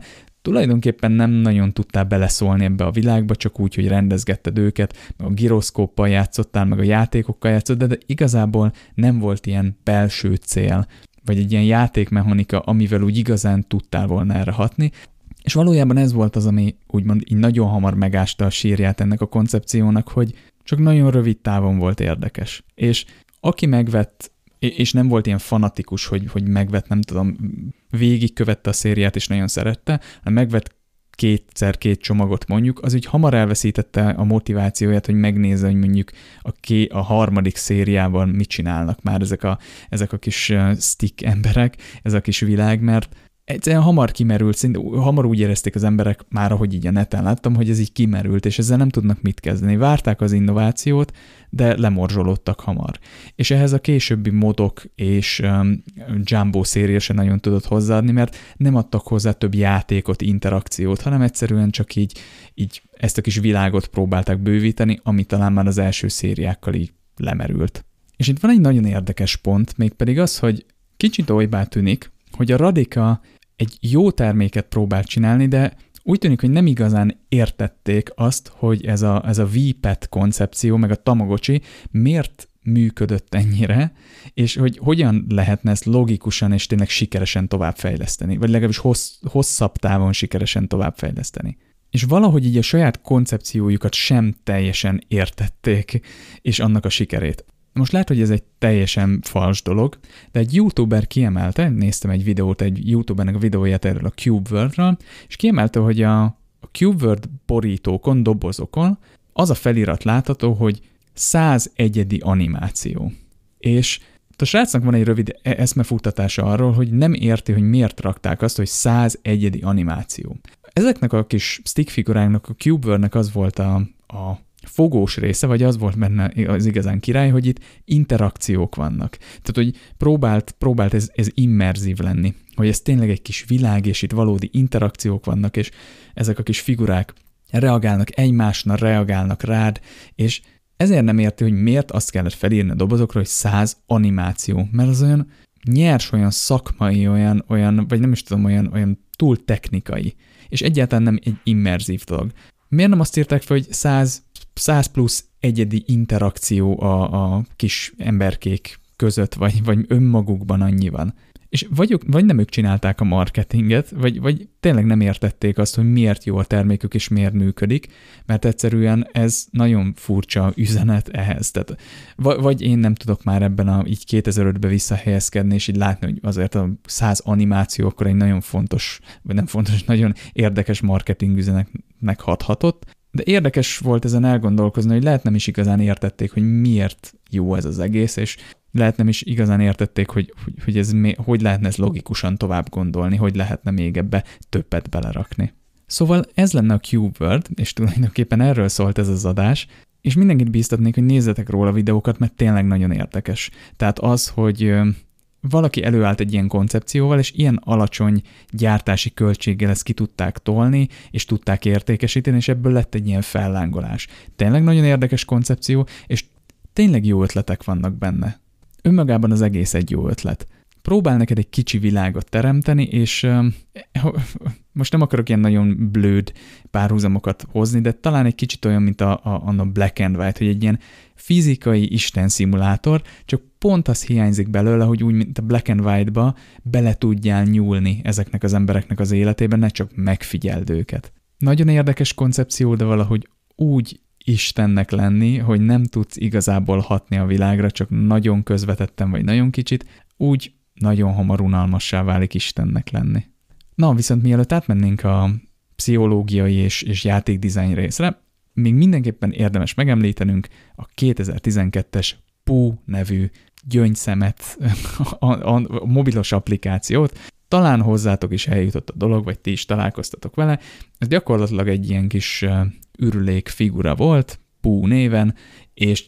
tulajdonképpen nem nagyon tudtál beleszólni ebbe a világba, csak úgy, hogy rendezgetted őket, meg a giroszkóppal játszottál, meg a játékokkal játszottál, de igazából nem volt ilyen belső cél, vagy egy ilyen játékmechanika, amivel úgy igazán tudtál volna erre hatni. És valójában ez volt az, ami úgymond így nagyon hamar megásta a sírját ennek a koncepciónak, hogy csak nagyon rövid távon volt érdekes. És aki megvett, és nem volt ilyen fanatikus, hogy, hogy megvett, nem tudom, végigkövette a szériát, és nagyon szerette, hanem megvett kétszer két csomagot mondjuk, az úgy hamar elveszítette a motivációját, hogy megnézze, hogy mondjuk a, ké, a harmadik szériában mit csinálnak már ezek a, ezek a kis stick emberek, ez a kis világ, mert egyszerűen hamar kimerült, szinte, hamar úgy érezték az emberek, már ahogy így a neten láttam, hogy ez így kimerült, és ezzel nem tudnak mit kezdeni. Várták az innovációt, de lemorzsolódtak hamar. És ehhez a későbbi modok és um, Jumbo széria se nagyon tudott hozzáadni, mert nem adtak hozzá több játékot, interakciót, hanem egyszerűen csak így, így ezt a kis világot próbálták bővíteni, ami talán már az első szériákkal így lemerült. És itt van egy nagyon érdekes pont, mégpedig az, hogy kicsit olybá tűnik, hogy a Radica egy jó terméket próbált csinálni, de úgy tűnik, hogy nem igazán értették azt, hogy ez a, ez a V-Pet koncepció, meg a Tamagotchi miért működött ennyire, és hogy hogyan lehetne ezt logikusan és tényleg sikeresen továbbfejleszteni, vagy legalábbis hossz, hosszabb távon sikeresen továbbfejleszteni. És valahogy így a saját koncepciójukat sem teljesen értették, és annak a sikerét. Most lehet, hogy ez egy teljesen fals dolog, de egy youtuber kiemelte, néztem egy videót, egy youtubernek a videóját erről a CubeWorld-ral, és kiemelte, hogy a, a CubeWorld borítókon, dobozokon az a felirat látható, hogy száz egyedi animáció. És a srácnak van egy rövid eszmefuttatása arról, hogy nem érti, hogy miért rakták azt, hogy száz egyedi animáció. Ezeknek a kis stickfiguráknak, a CubeWorld-nek az volt a, a fogós része, vagy az volt benne az igazán király, hogy itt interakciók vannak. Tehát, hogy próbált, próbált ez, ez immerzív lenni, hogy ez tényleg egy kis világ, és itt valódi interakciók vannak, és ezek a kis figurák reagálnak egymásnak, reagálnak rád, és ezért nem érti, hogy miért azt kellett felírni a dobozokra, hogy száz animáció, mert az olyan nyers, olyan szakmai, olyan, olyan vagy nem is tudom, olyan, olyan túl technikai, és egyáltalán nem egy immerzív dolog. Miért nem azt írták fel, hogy száz, száz plusz egyedi interakció a, a kis emberkék között, vagy, vagy önmagukban annyi van? És vagy, vagy nem ők csinálták a marketinget, vagy, vagy tényleg nem értették azt, hogy miért jó a termékük, és miért működik, mert egyszerűen ez nagyon furcsa üzenet ehhez. Tehát, vagy én nem tudok már ebben a így kétezer-ötbe visszahelyezkedni, és így látni, hogy azért a száz animáció akkor egy nagyon fontos, vagy nem fontos, nagyon érdekes marketing üzenetnek hathatott. De érdekes volt ezen elgondolkozni, hogy lehet nem is igazán értették, hogy miért jó ez az egész, és lehet nem is igazán értették, hogy, hogy, hogy, ez, hogy lehetne ez logikusan tovább gondolni, hogy lehetne még ebbe többet belerakni. Szóval ez lenne a CubeWorld, és tulajdonképpen erről szólt ez az adás, és mindenkit bíztatnék, hogy nézzetek róla videókat, mert tényleg nagyon érdekes. Tehát az, hogy valaki előállt egy ilyen koncepcióval, és ilyen alacsony gyártási költséggel ezt ki tudták tolni, és tudták értékesíteni, és ebből lett egy ilyen fellángolás. Tényleg nagyon érdekes koncepció, és tényleg jó ötletek vannak benne. Önmagában az egész egy jó ötlet. Próbál neked egy kicsi világot teremteni, és uh, most nem akarok ilyen nagyon blőd párhuzamokat hozni, de talán egy kicsit olyan, mint a, a, a Black and White, hogy egy ilyen fizikai Isten szimulátor, csak pont az hiányzik belőle, hogy úgy, mint a Black and White-ba bele tudjál nyúlni ezeknek az embereknek az életében, ne csak megfigyeld őket. Nagyon érdekes koncepció, de valahogy úgy Istennek lenni, hogy nem tudsz igazából hatni a világra, csak nagyon közvetetten vagy nagyon kicsit, úgy nagyon hamar unalmassá válik Istennek lenni. Na, viszont mielőtt átmennénk a pszichológiai és, és játékdizájn részre, még mindenképpen érdemes megemlítenünk a kétezer-tizenkettes Poo nevű gyöngyszemet, a, a, a mobilos applikációt. Talán hozzátok is eljutott a dolog, vagy ti is találkoztatok vele. Ez gyakorlatilag egy ilyen kis ürülék figura volt, Poo néven, és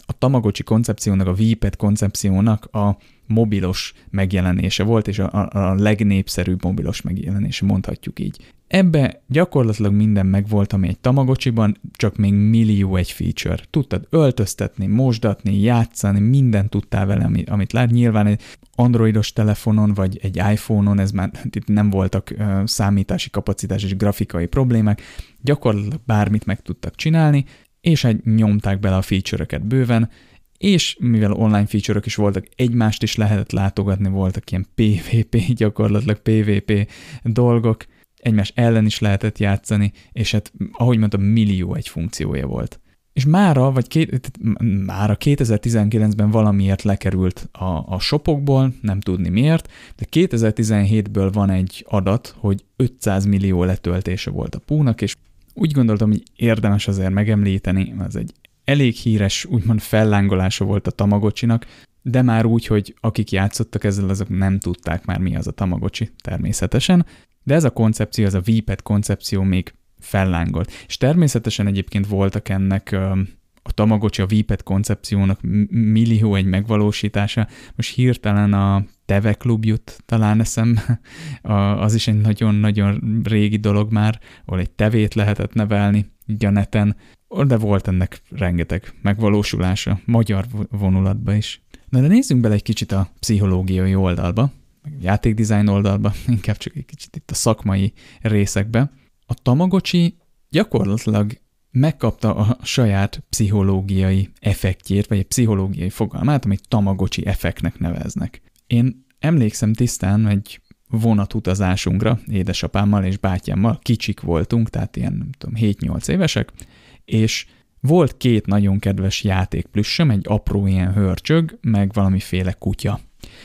a Tamagocsi koncepciónak, a V-Pet koncepciónak a mobilos megjelenése volt, és a, a, a legnépszerűbb mobilos megjelenése, mondhatjuk így. Ebbe gyakorlatilag minden megvolt, ami egy Tamagocsiban, csak még millió egy feature. Tudtad öltöztetni, mosdatni, játszani, mindent tudtál vele, amit lát. Nyilván egy androidos telefonon, vagy egy iPhone-on, ez már itt nem voltak uh, számítási kapacitás és grafikai problémák, gyakorlatilag bármit meg tudtak csinálni, és egy nyomták bele a feature-öket bőven, és mivel online feature-ök is voltak, egymást is lehetett látogatni, voltak ilyen pé vé pé, gyakorlatilag pé vé pé dolgok, egymás ellen is lehetett játszani, és hát, ahogy mondtam, millió egy funkciója volt. És mára, vagy két, mára kétezer-tizenkilencben valamiért lekerült a, a shopokból, nem tudni miért, de kétezer-tizenhétből van egy adat, hogy ötszáz millió letöltése volt a Púnak, és úgy gondoltam, hogy érdemes azért megemlíteni, ez egy elég híres, úgymond fellángolása volt a Tamagocsinak, de már úgy, hogy akik játszottak ezzel, azok nem tudták már, mi az a Tamagocsi természetesen, de ez a koncepció, ez a V-Pet koncepció még fellángolt. És természetesen egyébként voltak ennek a Tamagocsi, a V-Pet koncepciónak millió egy megvalósítása. Most hirtelen a Teve Klub jut talán eszembe, az is egy nagyon-nagyon régi dolog már, ahol egy tevét lehetett nevelni így a neten, de volt ennek rengeteg megvalósulása, magyar vonulatba is. Na de nézzünk bele egy kicsit a pszichológiai oldalba, meg a játékdesign oldalba, inkább csak egy kicsit itt a szakmai részekbe. A Tamagocsi gyakorlatilag megkapta a saját pszichológiai effektjét, vagy egy pszichológiai fogalmát, amit Tamagocsi effektnek neveznek. Én emlékszem tisztán egy vonatutazásunkra, édesapámmal és bátyámmal, kicsik voltunk, tehát ilyen, nem tudom, hét-nyolc évesek, és volt két nagyon kedves játékplüssöm, egy apró ilyen hörcsög, meg valamiféle kutya.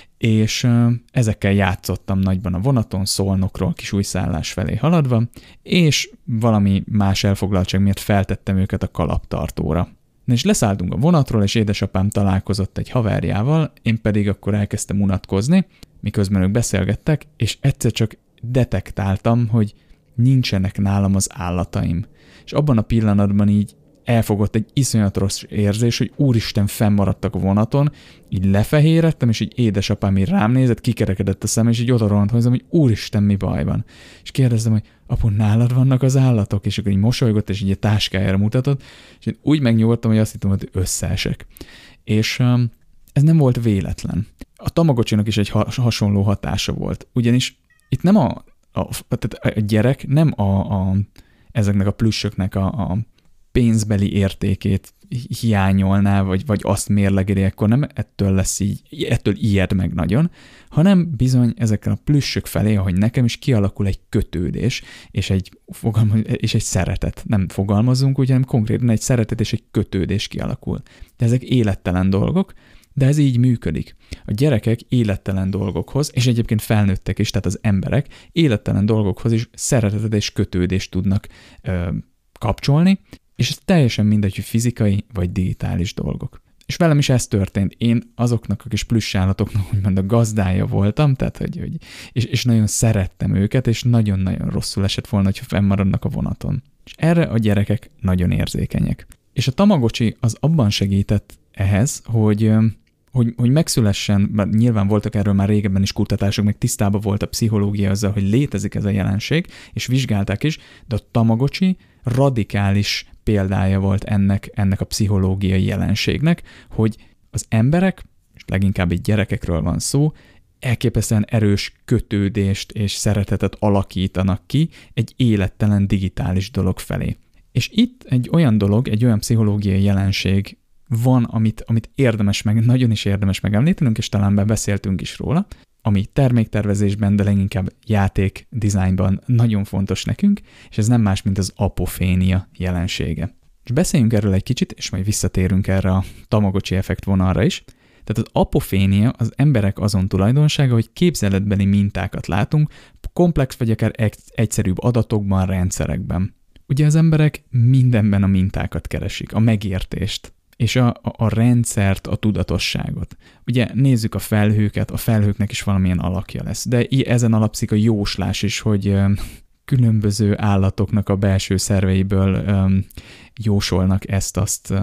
És ezekkel játszottam nagyban a vonaton, Szolnokról Kisújszállás felé haladva, és valami más elfoglaltság miatt feltettem őket a kalaptartóra. És leszálltunk a vonatról, és édesapám találkozott egy haverjával, én pedig akkor elkezdtem unatkozni, miközben ők beszélgettek, és egyszer csak detektáltam, hogy nincsenek nálam az állataim. És abban a pillanatban így elfogott egy iszonyat rossz érzés, hogy úristen, fennmaradtak a vonaton, így lefehérettem, és így édesapám így rám nézett, kikerekedett a szem, és így oda rohant hozzám, hogy úristen, mi baj van. És kérdeztem, hogy apu, nálad vannak az állatok? És akkor így mosolygott, és így a táskájára mutatott, és én úgy megnyugodtam, hogy azt hittem, hogy összeesek. És um, ez nem volt véletlen. A Tamagocsinak is egy ha- hasonló hatása volt. Ugyanis itt nem a, a, a, a gyerek, nem a, a, ezeknek a plüssöknek a, a pénzbeli értékét hiányolná, vagy, vagy azt mérlegeli, akkor nem ettől lesz így, ettől ijed meg nagyon, hanem bizony ezekkel a plüssök felé, ahogy nekem is kialakul egy kötődés, és egy, fogalmaz, és egy szeretet. Nem fogalmazunk, ugye, hanem konkrétan egy szeretet és egy kötődés kialakul. De ezek élettelen dolgok, de ez így működik. A gyerekek élettelen dolgokhoz, és egyébként felnőttek is, tehát az emberek élettelen dolgokhoz is szeretetet és kötődést tudnak ö, kapcsolni, és ez teljesen mindegy, hogy fizikai vagy digitális dolgok. És velem is ez történt. Én azoknak a kis plüssállatoknak, úgymond a gazdája voltam, tehát, hogy, hogy, és, és nagyon szerettem őket, és nagyon-nagyon rosszul esett volna, hogyha fennmaradnak a vonaton. És erre a gyerekek nagyon érzékenyek. És a Tamagocsi az abban segített ehhez, hogy, hogy, hogy megszülessen, mert nyilván voltak erről már régebben is kutatások, meg tisztában volt a pszichológia azzal, hogy létezik ez a jelenség, és vizsgálták is, de a Tamagocsi radikális példája volt ennek, ennek a pszichológiai jelenségnek, hogy az emberek, és leginkább egy gyerekekről van szó, elképesztően erős kötődést és szeretetet alakítanak ki egy élettelen digitális dolog felé. És itt egy olyan dolog, egy olyan pszichológiai jelenség van, amit, amit érdemes meg, nagyon is érdemes megemlítenünk, és talán beszéltünk is róla, ami terméktervezésben, de leginkább játék dizájnban nagyon fontos nekünk, és ez nem más, mint az apofénia jelensége. És beszéljünk erről egy kicsit, és majd visszatérünk erre a Tamagocsi effekt vonalra is. Tehát az apofénia az emberek azon tulajdonsága, hogy képzeletbeli mintákat látunk, komplex vagy akár egyszerűbb adatokban, rendszerekben. Ugye az emberek mindenben a mintákat keresik, a megértést, és a, a, a rendszert, a tudatosságot. Ugye nézzük a felhőket, a felhőknek is valamilyen alakja lesz, de ezen alapszik a jóslás is, hogy ö, különböző állatoknak a belső szerveiből ö, jósolnak ezt-azt, ö,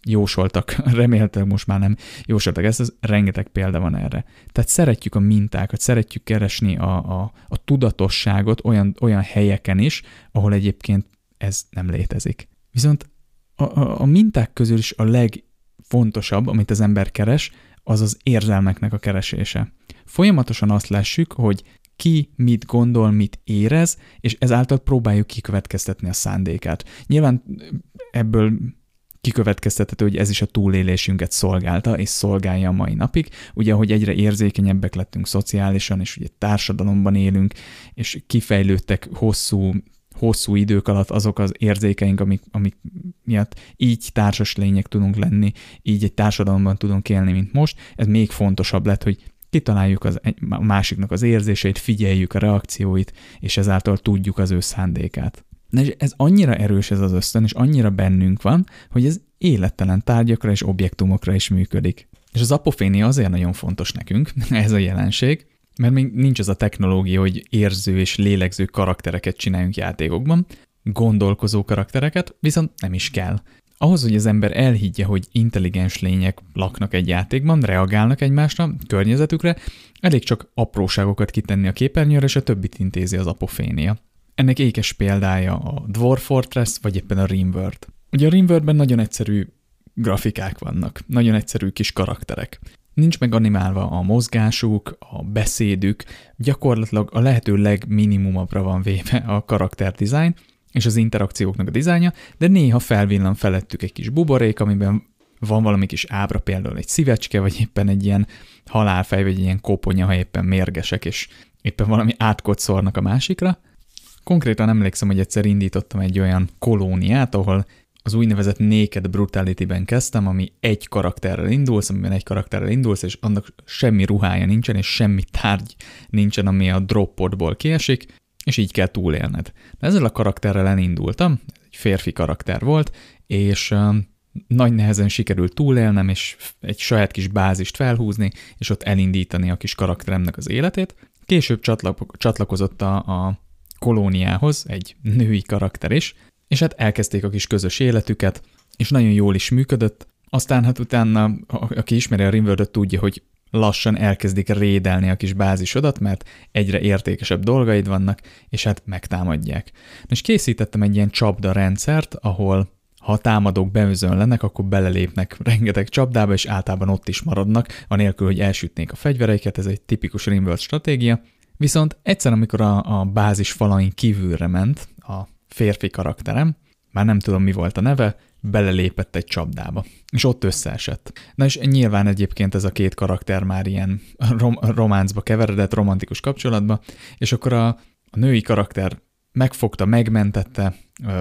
jósoltak, remélhetőleg most már nem jósoltak ezt, ez rengeteg példa van erre. Tehát szeretjük a mintákat, szeretjük keresni a, a, a tudatosságot olyan, olyan helyeken is, ahol egyébként ez nem létezik. Viszont a, a, a minták közül is a legfontosabb, amit az ember keres, az az érzelmeknek a keresése. Folyamatosan azt lássuk, hogy ki mit gondol, mit érez, és ezáltal próbáljuk kikövetkeztetni a szándékát. Nyilván ebből kikövetkeztethető, hogy ez is a túlélésünket szolgálta, és szolgálja a mai napig. Ugye, hogy egyre érzékenyebbek lettünk szociálisan, és ugye társadalomban élünk, és kifejlődtek hosszú, hosszú idők alatt azok az érzékeink, amik, amik miatt így társas lények tudunk lenni, így egy társadalomban tudunk élni, mint most. Ez még fontosabb lett, hogy kitaláljuk az, a másiknak az érzéseit, figyeljük a reakcióit, és ezáltal tudjuk az ő szándékát. Na és ez annyira erős ez az ösztön, és annyira bennünk van, hogy ez élettelen tárgyakra és objektumokra is működik. És az apofénia azért nagyon fontos nekünk, ez a jelenség, mert még nincs az a technológia, hogy érző és lélegző karaktereket csináljunk játékokban, gondolkozó karaktereket, viszont nem is kell. Ahhoz, hogy az ember elhiggye, hogy intelligens lények laknak egy játékban, reagálnak egymásra, környezetükre, elég csak apróságokat kitenni a képernyőre, és a többit intézi az apofénia. Ennek ékes példája a Dwarf Fortress, vagy éppen a Rimworld. Ugye a Rimworldben nagyon egyszerű grafikák vannak, nagyon egyszerű kis karakterek. Nincs meganimálva a mozgásuk, a beszédük, gyakorlatilag a lehető legminimumabbra van véve a karakterdizájn, és az interakcióknak a dizájnja, de néha felvillan felettük egy kis buborék, amiben van valami kis ábra, például egy szívecske, vagy éppen egy ilyen halálfej, vagy egy ilyen koponya, ha éppen mérgesek, és éppen valami átkot szórnak a másikra. Konkrétan emlékszem, hogy egyszer indítottam egy olyan kolóniát, ahol az úgynevezett Naked Brutality-ben kezdtem, ami egy karakterrel indulsz, amiben egy karakterrel indulsz, és annak semmi ruhája nincsen, és semmi tárgy nincsen, ami a droppodból kiesik, és így kell túlélned. De ezzel a karakterrel elindultam, egy férfi karakter volt, és uh, nagy nehezen sikerült túlélnem, és egy saját kis bázist felhúzni, és ott elindítani a kis karakteremnek az életét. Később csatlak- csatlakozott a, a kolóniához egy női karakter is, és hát elkezdték a kis közös életüket, és nagyon jól is működött. Aztán hát utána, aki ismeri a Rimworldot, tudja, hogy lassan elkezdik rédelni a kis bázisodat, mert egyre értékesebb dolgaid vannak, és hát megtámadják. És készítettem egy ilyen csapda rendszert, ahol ha a támadók beözönlenek, akkor belelépnek rengeteg csapdába, és általában ott is maradnak, anélkül, hogy elsütnék a fegyvereiket, ez egy tipikus Rimworld stratégia. Viszont egyszer, amikor a, a bázis falain kívülre ment a férfi karakterem, már nem tudom, mi volt a neve, belelépett egy csapdába, és ott összeesett. Na és nyilván egyébként ez a két karakter már ilyen rom- románcba keveredett, romantikus kapcsolatba, és akkor a, a női karakter megfogta, megmentette,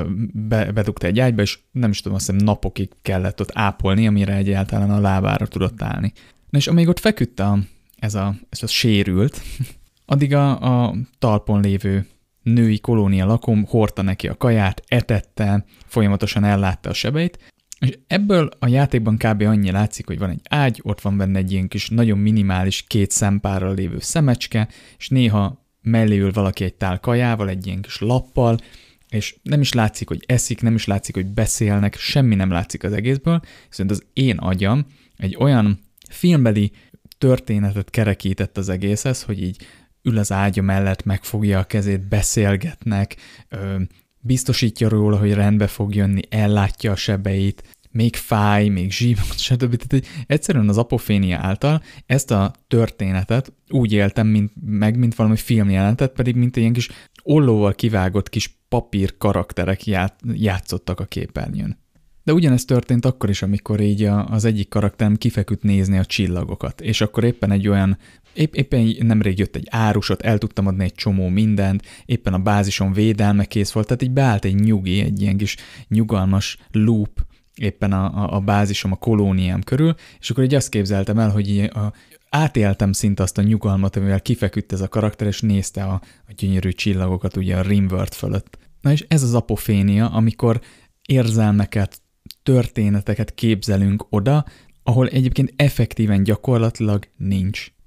be, bedugta egy ágyba, és nem is tudom, azt hiszem napokig kellett ott ápolni, amire egyáltalán a lábára tudott állni. Na és amíg ott feküdt a, ez, a, ez a sérült, addig a, a talpon lévő női kolónia lakom hordta neki a kaját, etette, folyamatosan ellátta a sebeit, és ebből a játékban kb. Annyi látszik, hogy van egy ágy, ott van benne egy ilyen kis nagyon minimális két szempárral lévő szemecske, és néha mellé ül valaki egy tál kajával, egy ilyen kis lappal, és nem is látszik, hogy eszik, nem is látszik, hogy beszélnek, semmi nem látszik az egészből, viszont az én agyam egy olyan filmbeli történetet kerekített az egészhez, hogy így ül az ágya mellett, megfogja a kezét, beszélgetnek, ö, biztosítja róla, hogy rendbe fog jönni, ellátja a sebeit, még fáj, még zsímot, stb. Tehát egyszerűen az apofénia által ezt a történetet úgy éltem mint, meg, mint valami filmjelentet, pedig mint ilyen kis ollóval kivágott kis papír karakterek ját, játszottak a képernyőn. De ugyanezt történt akkor is, amikor így a, az egyik karakterem kifeküdt nézni a csillagokat, és akkor éppen egy olyan, épp, éppen nemrég jött egy árusot, el tudtam adni egy csomó mindent, éppen a bázison védelme kész volt, tehát így beállt egy nyugi, egy ilyen kis nyugalmas loop éppen a, a, a bázisom, a kolóniám körül, és akkor így azt képzeltem el, hogy így a, átéltem szinte azt a nyugalmat, amivel kifeküdt ez a karakter, és nézte a, a gyönyörű csillagokat ugye a Rimworld fölött. Na és ez az apofénia, amikor érzelmeket, történeteket képzelünk oda, ahol egyébként effektíven gyakorlatilag nincs.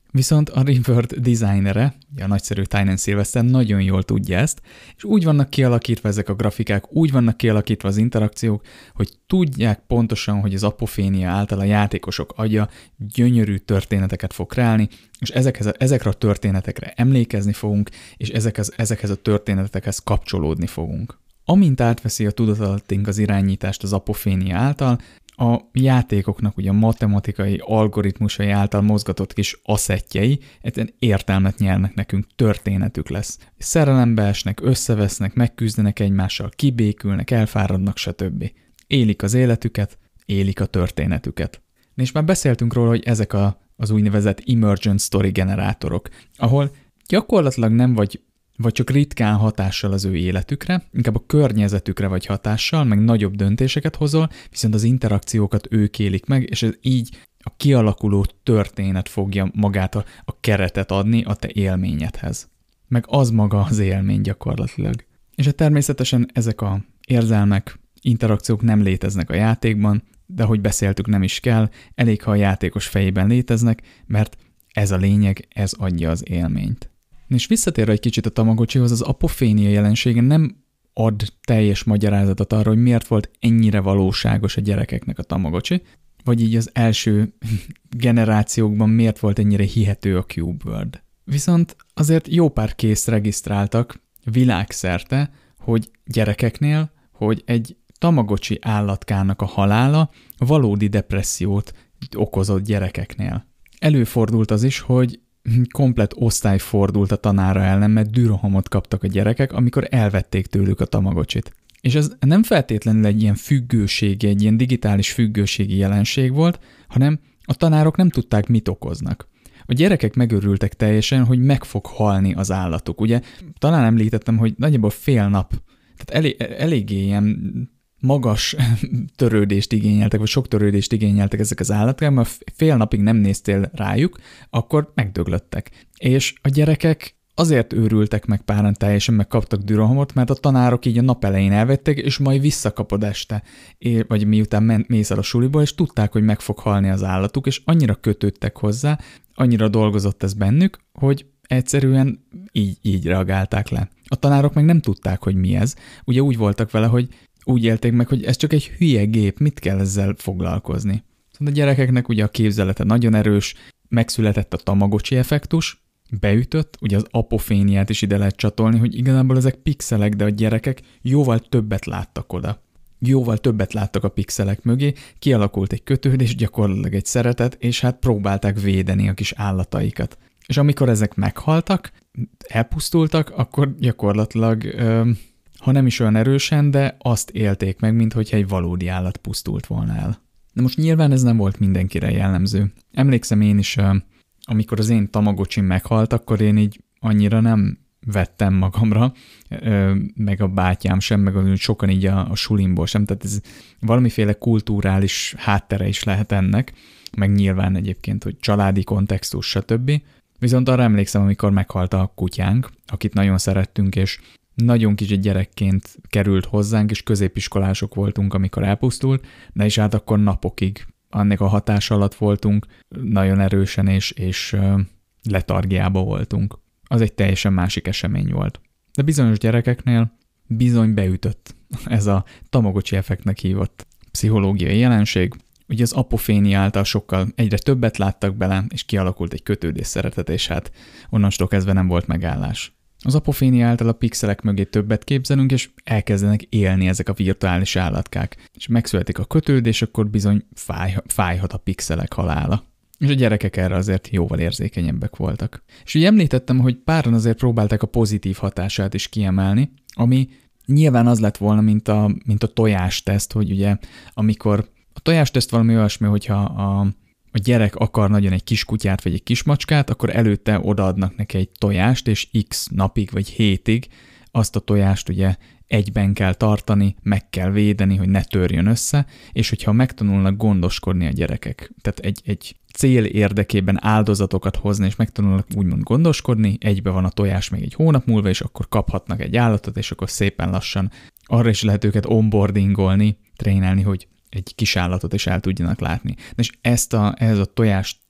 Viszont a RimWorld designere, a nagyszerű Tynan Sylvester nagyon jól tudja ezt, és úgy vannak kialakítva ezek a grafikák, úgy vannak kialakítva az interakciók, hogy tudják pontosan, hogy az Apofénia által a játékosok agya gyönyörű történeteket fog kreálni, és ezekhez a, ezekre a történetekre emlékezni fogunk, és ezekhez, ezekhez a történetekhez kapcsolódni fogunk. Amint átveszi a tudatalattunk az irányítást az Apofénia által, a játékoknak ugye a matematikai algoritmusai által mozgatott kis asszettjei egyszerűen értelmet nyernek nekünk, történetük lesz. Szerelembe esnek, összevesznek, megküzdenek egymással, kibékülnek, elfáradnak, stb. Élik az életüket, élik a történetüket. És már beszéltünk róla, hogy ezek a, az úgynevezett emergent story generátorok, ahol gyakorlatilag nem vagy vagy csak ritkán hatással az ő életükre, inkább a környezetükre vagy hatással, meg nagyobb döntéseket hozol, viszont az interakciókat ők élik meg, és ez így a kialakuló történet fogja magát a, a keretet adni a te élményedhez. Meg az maga az élmény gyakorlatilag. És hát természetesen ezek a érzelmek, interakciók nem léteznek a játékban, de ahogy beszéltük, nem is kell, elég, ha a játékos fejében léteznek, mert ez a lényeg, ez adja az élményt. És visszatérve egy kicsit a Tamagocsihoz, az apofénia jelensége nem ad teljes magyarázatot arra, hogy miért volt ennyire valóságos a gyerekeknek a Tamagocsi, vagy így az első generációkban miért volt ennyire hihető a Cube World. Viszont azért jó pár case regisztráltak világszerte, hogy gyerekeknél, hogy egy Tamagocsi állatkának a halála valódi depressziót okozott gyerekeknél. Előfordult az is, hogy komplett osztály fordult a tanára ellen, mert dürohamot kaptak a gyerekek, amikor elvették tőlük a Tamagocsit. És ez nem feltétlenül egy ilyen függőségi, egy ilyen digitális függőségi jelenség volt, hanem a tanárok nem tudták, mit okoznak. A gyerekek megörültek teljesen, hogy meg fog halni az állatuk. Ugye talán említettem, hogy nagyjából fél nap, tehát elég, eléggé ilyen magas törődést igényeltek, vagy sok törődést igényeltek ezek az állatok, mert fél napig nem néztél rájuk, akkor megdöglöttek. És a gyerekek azért őrültek meg páran teljesen, meg kaptak dürohamot, mert a tanárok így a nap elején elvették, és majd visszakapod este, vagy miután mész el a suliból, és tudták, hogy meg fog halni az állatuk, és annyira kötődtek hozzá, annyira dolgozott ez bennük, hogy egyszerűen így, így reagálták le. A tanárok meg nem tudták, hogy mi ez. Ugye úgy voltak vele, hogy úgy élték meg, hogy ez csak egy hülye gép, mit kell ezzel foglalkozni. Szóval a gyerekeknek ugye a képzelete nagyon erős, megszületett a Tamagocsi effektus, beütött, ugye az apoféniát is ide lehet csatolni, hogy igazából ezek pixelek, de a gyerekek jóval többet láttak oda. Jóval többet láttak a pixelek mögé, kialakult egy kötődés, gyakorlatilag egy szeretet, és hát próbálták védeni a kis állataikat. És amikor ezek meghaltak, elpusztultak, akkor gyakorlatilag... Ö, ha nem is olyan erősen, de azt élték meg, minthogyha egy valódi állat pusztult volna el. De most nyilván ez nem volt mindenkire jellemző. Emlékszem én is, amikor az én Tamagocsim meghalt, akkor én így annyira nem vettem magamra, meg a bátyám sem, meg az, sokan így a, a sulimból sem, tehát ez valamiféle kulturális háttere is lehet ennek, meg nyilván egyébként, hogy családi kontextus, stb. Viszont arra emlékszem, amikor meghalt a kutyánk, akit nagyon szerettünk, és nagyon kicsi gyerekként került hozzánk, és középiskolások voltunk, amikor elpusztult, de is hát akkor napokig annak a hatás alatt voltunk, nagyon erősen, és, és uh, letargiába voltunk. Az egy teljesen másik esemény volt. De bizonyos gyerekeknél bizony beütött ez a Tamagocsi effektnek hívott pszichológiai jelenség. Ugye az apofénia által sokkal egyre többet láttak bele, és kialakult egy kötődés, szeretet, és hát onnantól kezdve nem volt megállás. Az apofénia által a pixelek mögé többet képzelünk, és elkezdenek élni ezek a virtuális állatkák. És megszületik a kötődés, akkor bizony fáj, fájhat a pixelek halála. És a gyerekek erre azért jóval érzékenyebbek voltak. És ugye említettem, hogy páran azért próbálták a pozitív hatását is kiemelni, ami nyilván az lett volna, mint a, mint a tojásteszt, hogy ugye amikor a tojásteszt valami olyasmi, hogyha a a gyerek akar nagyon egy kis kutyát vagy egy kis macskát, akkor előtte odaadnak neki egy tojást, és x napig vagy hétig azt a tojást ugye egyben kell tartani, meg kell védeni, hogy ne törjön össze, és hogyha megtanulnak gondoskodni a gyerekek, tehát egy, egy cél érdekében áldozatokat hozni, és megtanulnak úgymond gondoskodni, egybe van a tojás még egy hónap múlva, és akkor kaphatnak egy állatot, és akkor szépen lassan arra is lehet őket onboardingolni, trénelni, hogy egy kis állatot is el tudjanak látni. És ezt a, ehhez a tojás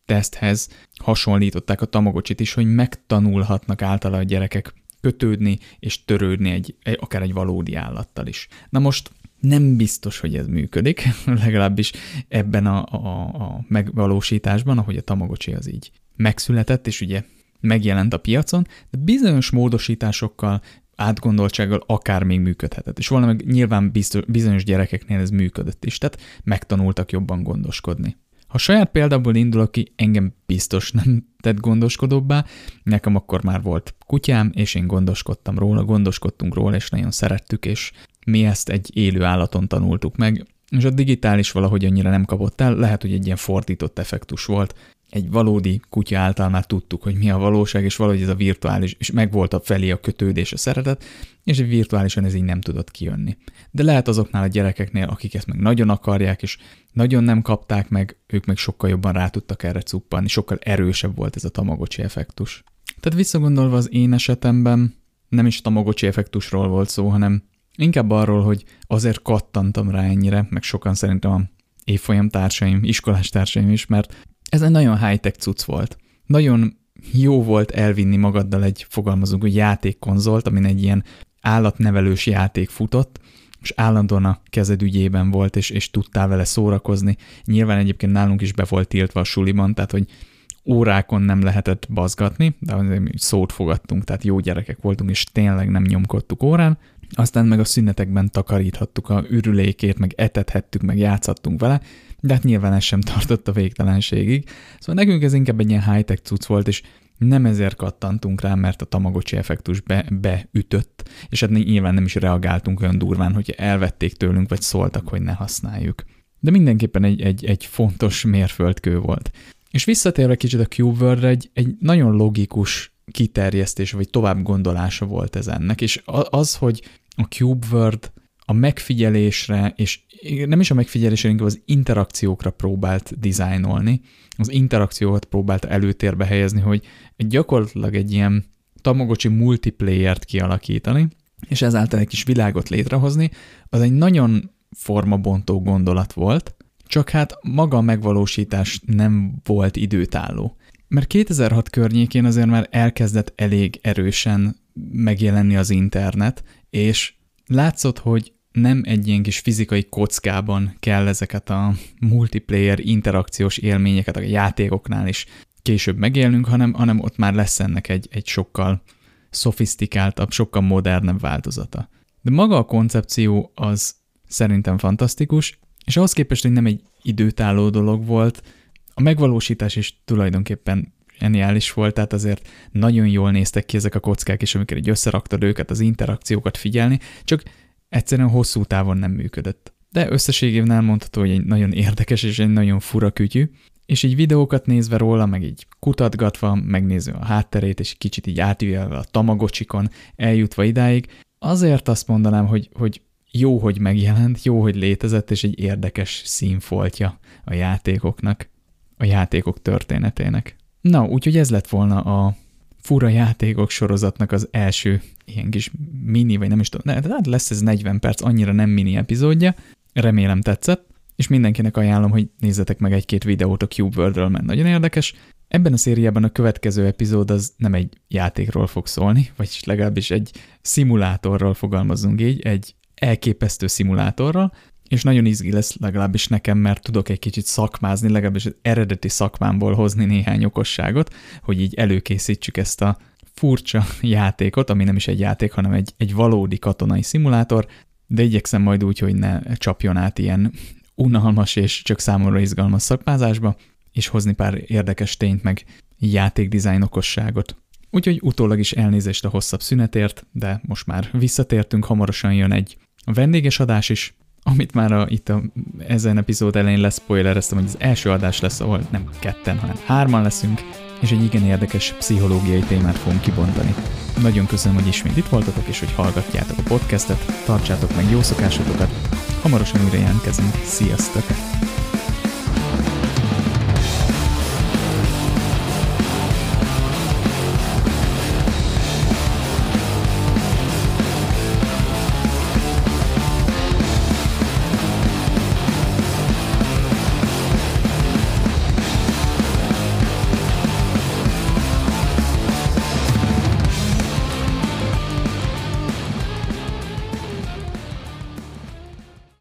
teszthez hasonlították a Tamagotchit is, hogy megtanulhatnak általa a gyerekek kötődni és törődni egy, akár egy valódi állattal is. Na most nem biztos, hogy ez működik, legalábbis ebben a, a, a megvalósításban, ahogy a Tamagotchi az így megszületett, és ugye megjelent a piacon, de bizonyos módosításokkal, átgondoltsággal akár még működhetett. És volna meg nyilván biztos, bizonyos gyerekeknél ez működött is, tehát megtanultak jobban gondoskodni. Ha saját példából indulok ki, engem biztos nem tett gondoskodóbbá, nekem akkor már volt kutyám, és én gondoskodtam róla, gondoskodtunk róla, és nagyon szerettük, és mi ezt egy élő állaton tanultuk meg, és a digitális valahogy annyira nem kapott el, lehet, hogy egy ilyen fordított effektus volt. Egy valódi kutya által már tudtuk, hogy mi a valóság, és valahogy ez a virtuális, és megvolt a felé a kötődés, a szeretet, és virtuálisan ez így nem tudott kijönni. De lehet azoknál a gyerekeknél, akik ezt meg nagyon akarják, és nagyon nem kapták meg, ők meg sokkal jobban rá tudtak erre cuppanni, sokkal erősebb volt ez a Tamagotchi effektus. Tehát visszagondolva az én esetemben nem is Tamagotchi effektusról volt szó, hanem inkább arról, hogy azért kattantam rá ennyire, meg sokan szerintem a évfolyam társaim, iskolás társaim is, mert ez egy nagyon high-tech cucc volt. Nagyon jó volt elvinni magaddal egy, fogalmazunk, hogy játékkonzolt, amin egy ilyen állatnevelős játék futott, és állandóan a kezed ügyében volt, és, és tudtál vele szórakozni. Nyilván egyébként nálunk is be volt tiltva a suliban, tehát hogy órákon nem lehetett bazgatni, de azért szót fogadtunk, tehát jó gyerekek voltunk, és tényleg nem nyomkodtuk órán. Aztán meg a szünetekben takaríthattuk a ürülékét, meg etethettük, meg játszhattunk vele, de hát nyilván ez sem tartott a végtelenségig. Szóval nekünk ez inkább egy ilyen high-tech cucc volt, és nem ezért kattantunk rá, mert a Tamagotchi effektus be, beütött, és hát nyilván nem is reagáltunk olyan durván, hogy elvették tőlünk, vagy szóltak, hogy ne használjuk. De mindenképpen egy, egy, egy fontos mérföldkő volt. És visszatérve kicsit a CubeWorld-re, egy, egy nagyon logikus kiterjesztés, vagy tovább gondolása volt ez ennek, és az, hogy a CubeWorld a megfigyelésre, és nem is a megfigyelésre, inkább az interakciókra próbált dizájnolni, az interakciókat próbált előtérbe helyezni, hogy gyakorlatilag egy ilyen Tamagotchi multiplayert kialakítani, és ezáltal egy kis világot létrehozni, az egy nagyon formabontó gondolat volt, csak hát maga a megvalósítás nem volt időtálló. Mert kétezer-hat környékén azért már elkezdett elég erősen megjelenni az internet, és látszott, hogy nem egy ilyen kis fizikai kockában kell ezeket a multiplayer interakciós élményeket a játékoknál is később megélnünk, hanem, hanem ott már lesz ennek egy, egy sokkal szofisztikáltabb, sokkal modernebb változata. De maga a koncepció az szerintem fantasztikus, és ahhoz képest, hogy nem egy időtálló dolog volt, a megvalósítás is tulajdonképpen geniális volt, tehát azért nagyon jól néztek ki ezek a kockák, és amikor így összeraktad őket, az interakciókat figyelni, csak egyszerűen hosszú távon nem működött. De összességében elmondható, hogy egy nagyon érdekes és egy nagyon fura kütyű, és így videókat nézve róla, meg így kutatgatva, megnézve a hátterét, és kicsit így átülve a Tamagotchikon, eljutva idáig, azért azt mondanám, hogy, hogy jó, hogy megjelent, jó, hogy létezett, és egy érdekes színfoltja a játékoknak, a játékok történetének. Na, úgyhogy ez lett volna a fura játékok sorozatnak az első ilyen kis mini, vagy nem is tudom, de hát lesz ez negyven perc, annyira nem mini epizódja, remélem tetszett, és mindenkinek ajánlom, hogy nézzetek meg egy-két videót a CubeWorld-ről, mert nagyon érdekes. Ebben a szériában a következő epizód az nem egy játékról fog szólni, vagy legalábbis egy szimulátorról fogalmazunk így, egy elképesztő szimulátorral, és nagyon izgi lesz legalábbis nekem, mert tudok egy kicsit szakmázni, legalábbis az eredeti szakmámból hozni néhány okosságot, hogy így előkészítsük ezt a furcsa játékot, ami nem is egy játék, hanem egy, egy valódi katonai szimulátor, de igyekszem majd úgy, hogy ne csapjon át ilyen unalmas és csak számomra izgalmas szakmázásba, és hozni pár érdekes tényt meg játékdizájn okosságot. Úgyhogy utólag is elnézést a hosszabb szünetért, de most már visszatértünk, hamarosan jön egy vendéges adás is, amit már a, itt a, ezen epizód elején leszpoilereztem, hogy az első adás lesz, ahol nem ketten, hanem hárman leszünk, és egy igen érdekes pszichológiai témát fogunk kibontani. Nagyon köszönöm, hogy ismét itt voltatok, és hogy hallgatjátok a podcastet, tartsátok meg jó szokásotokat, hamarosan újra jelentkezünk, sziasztok!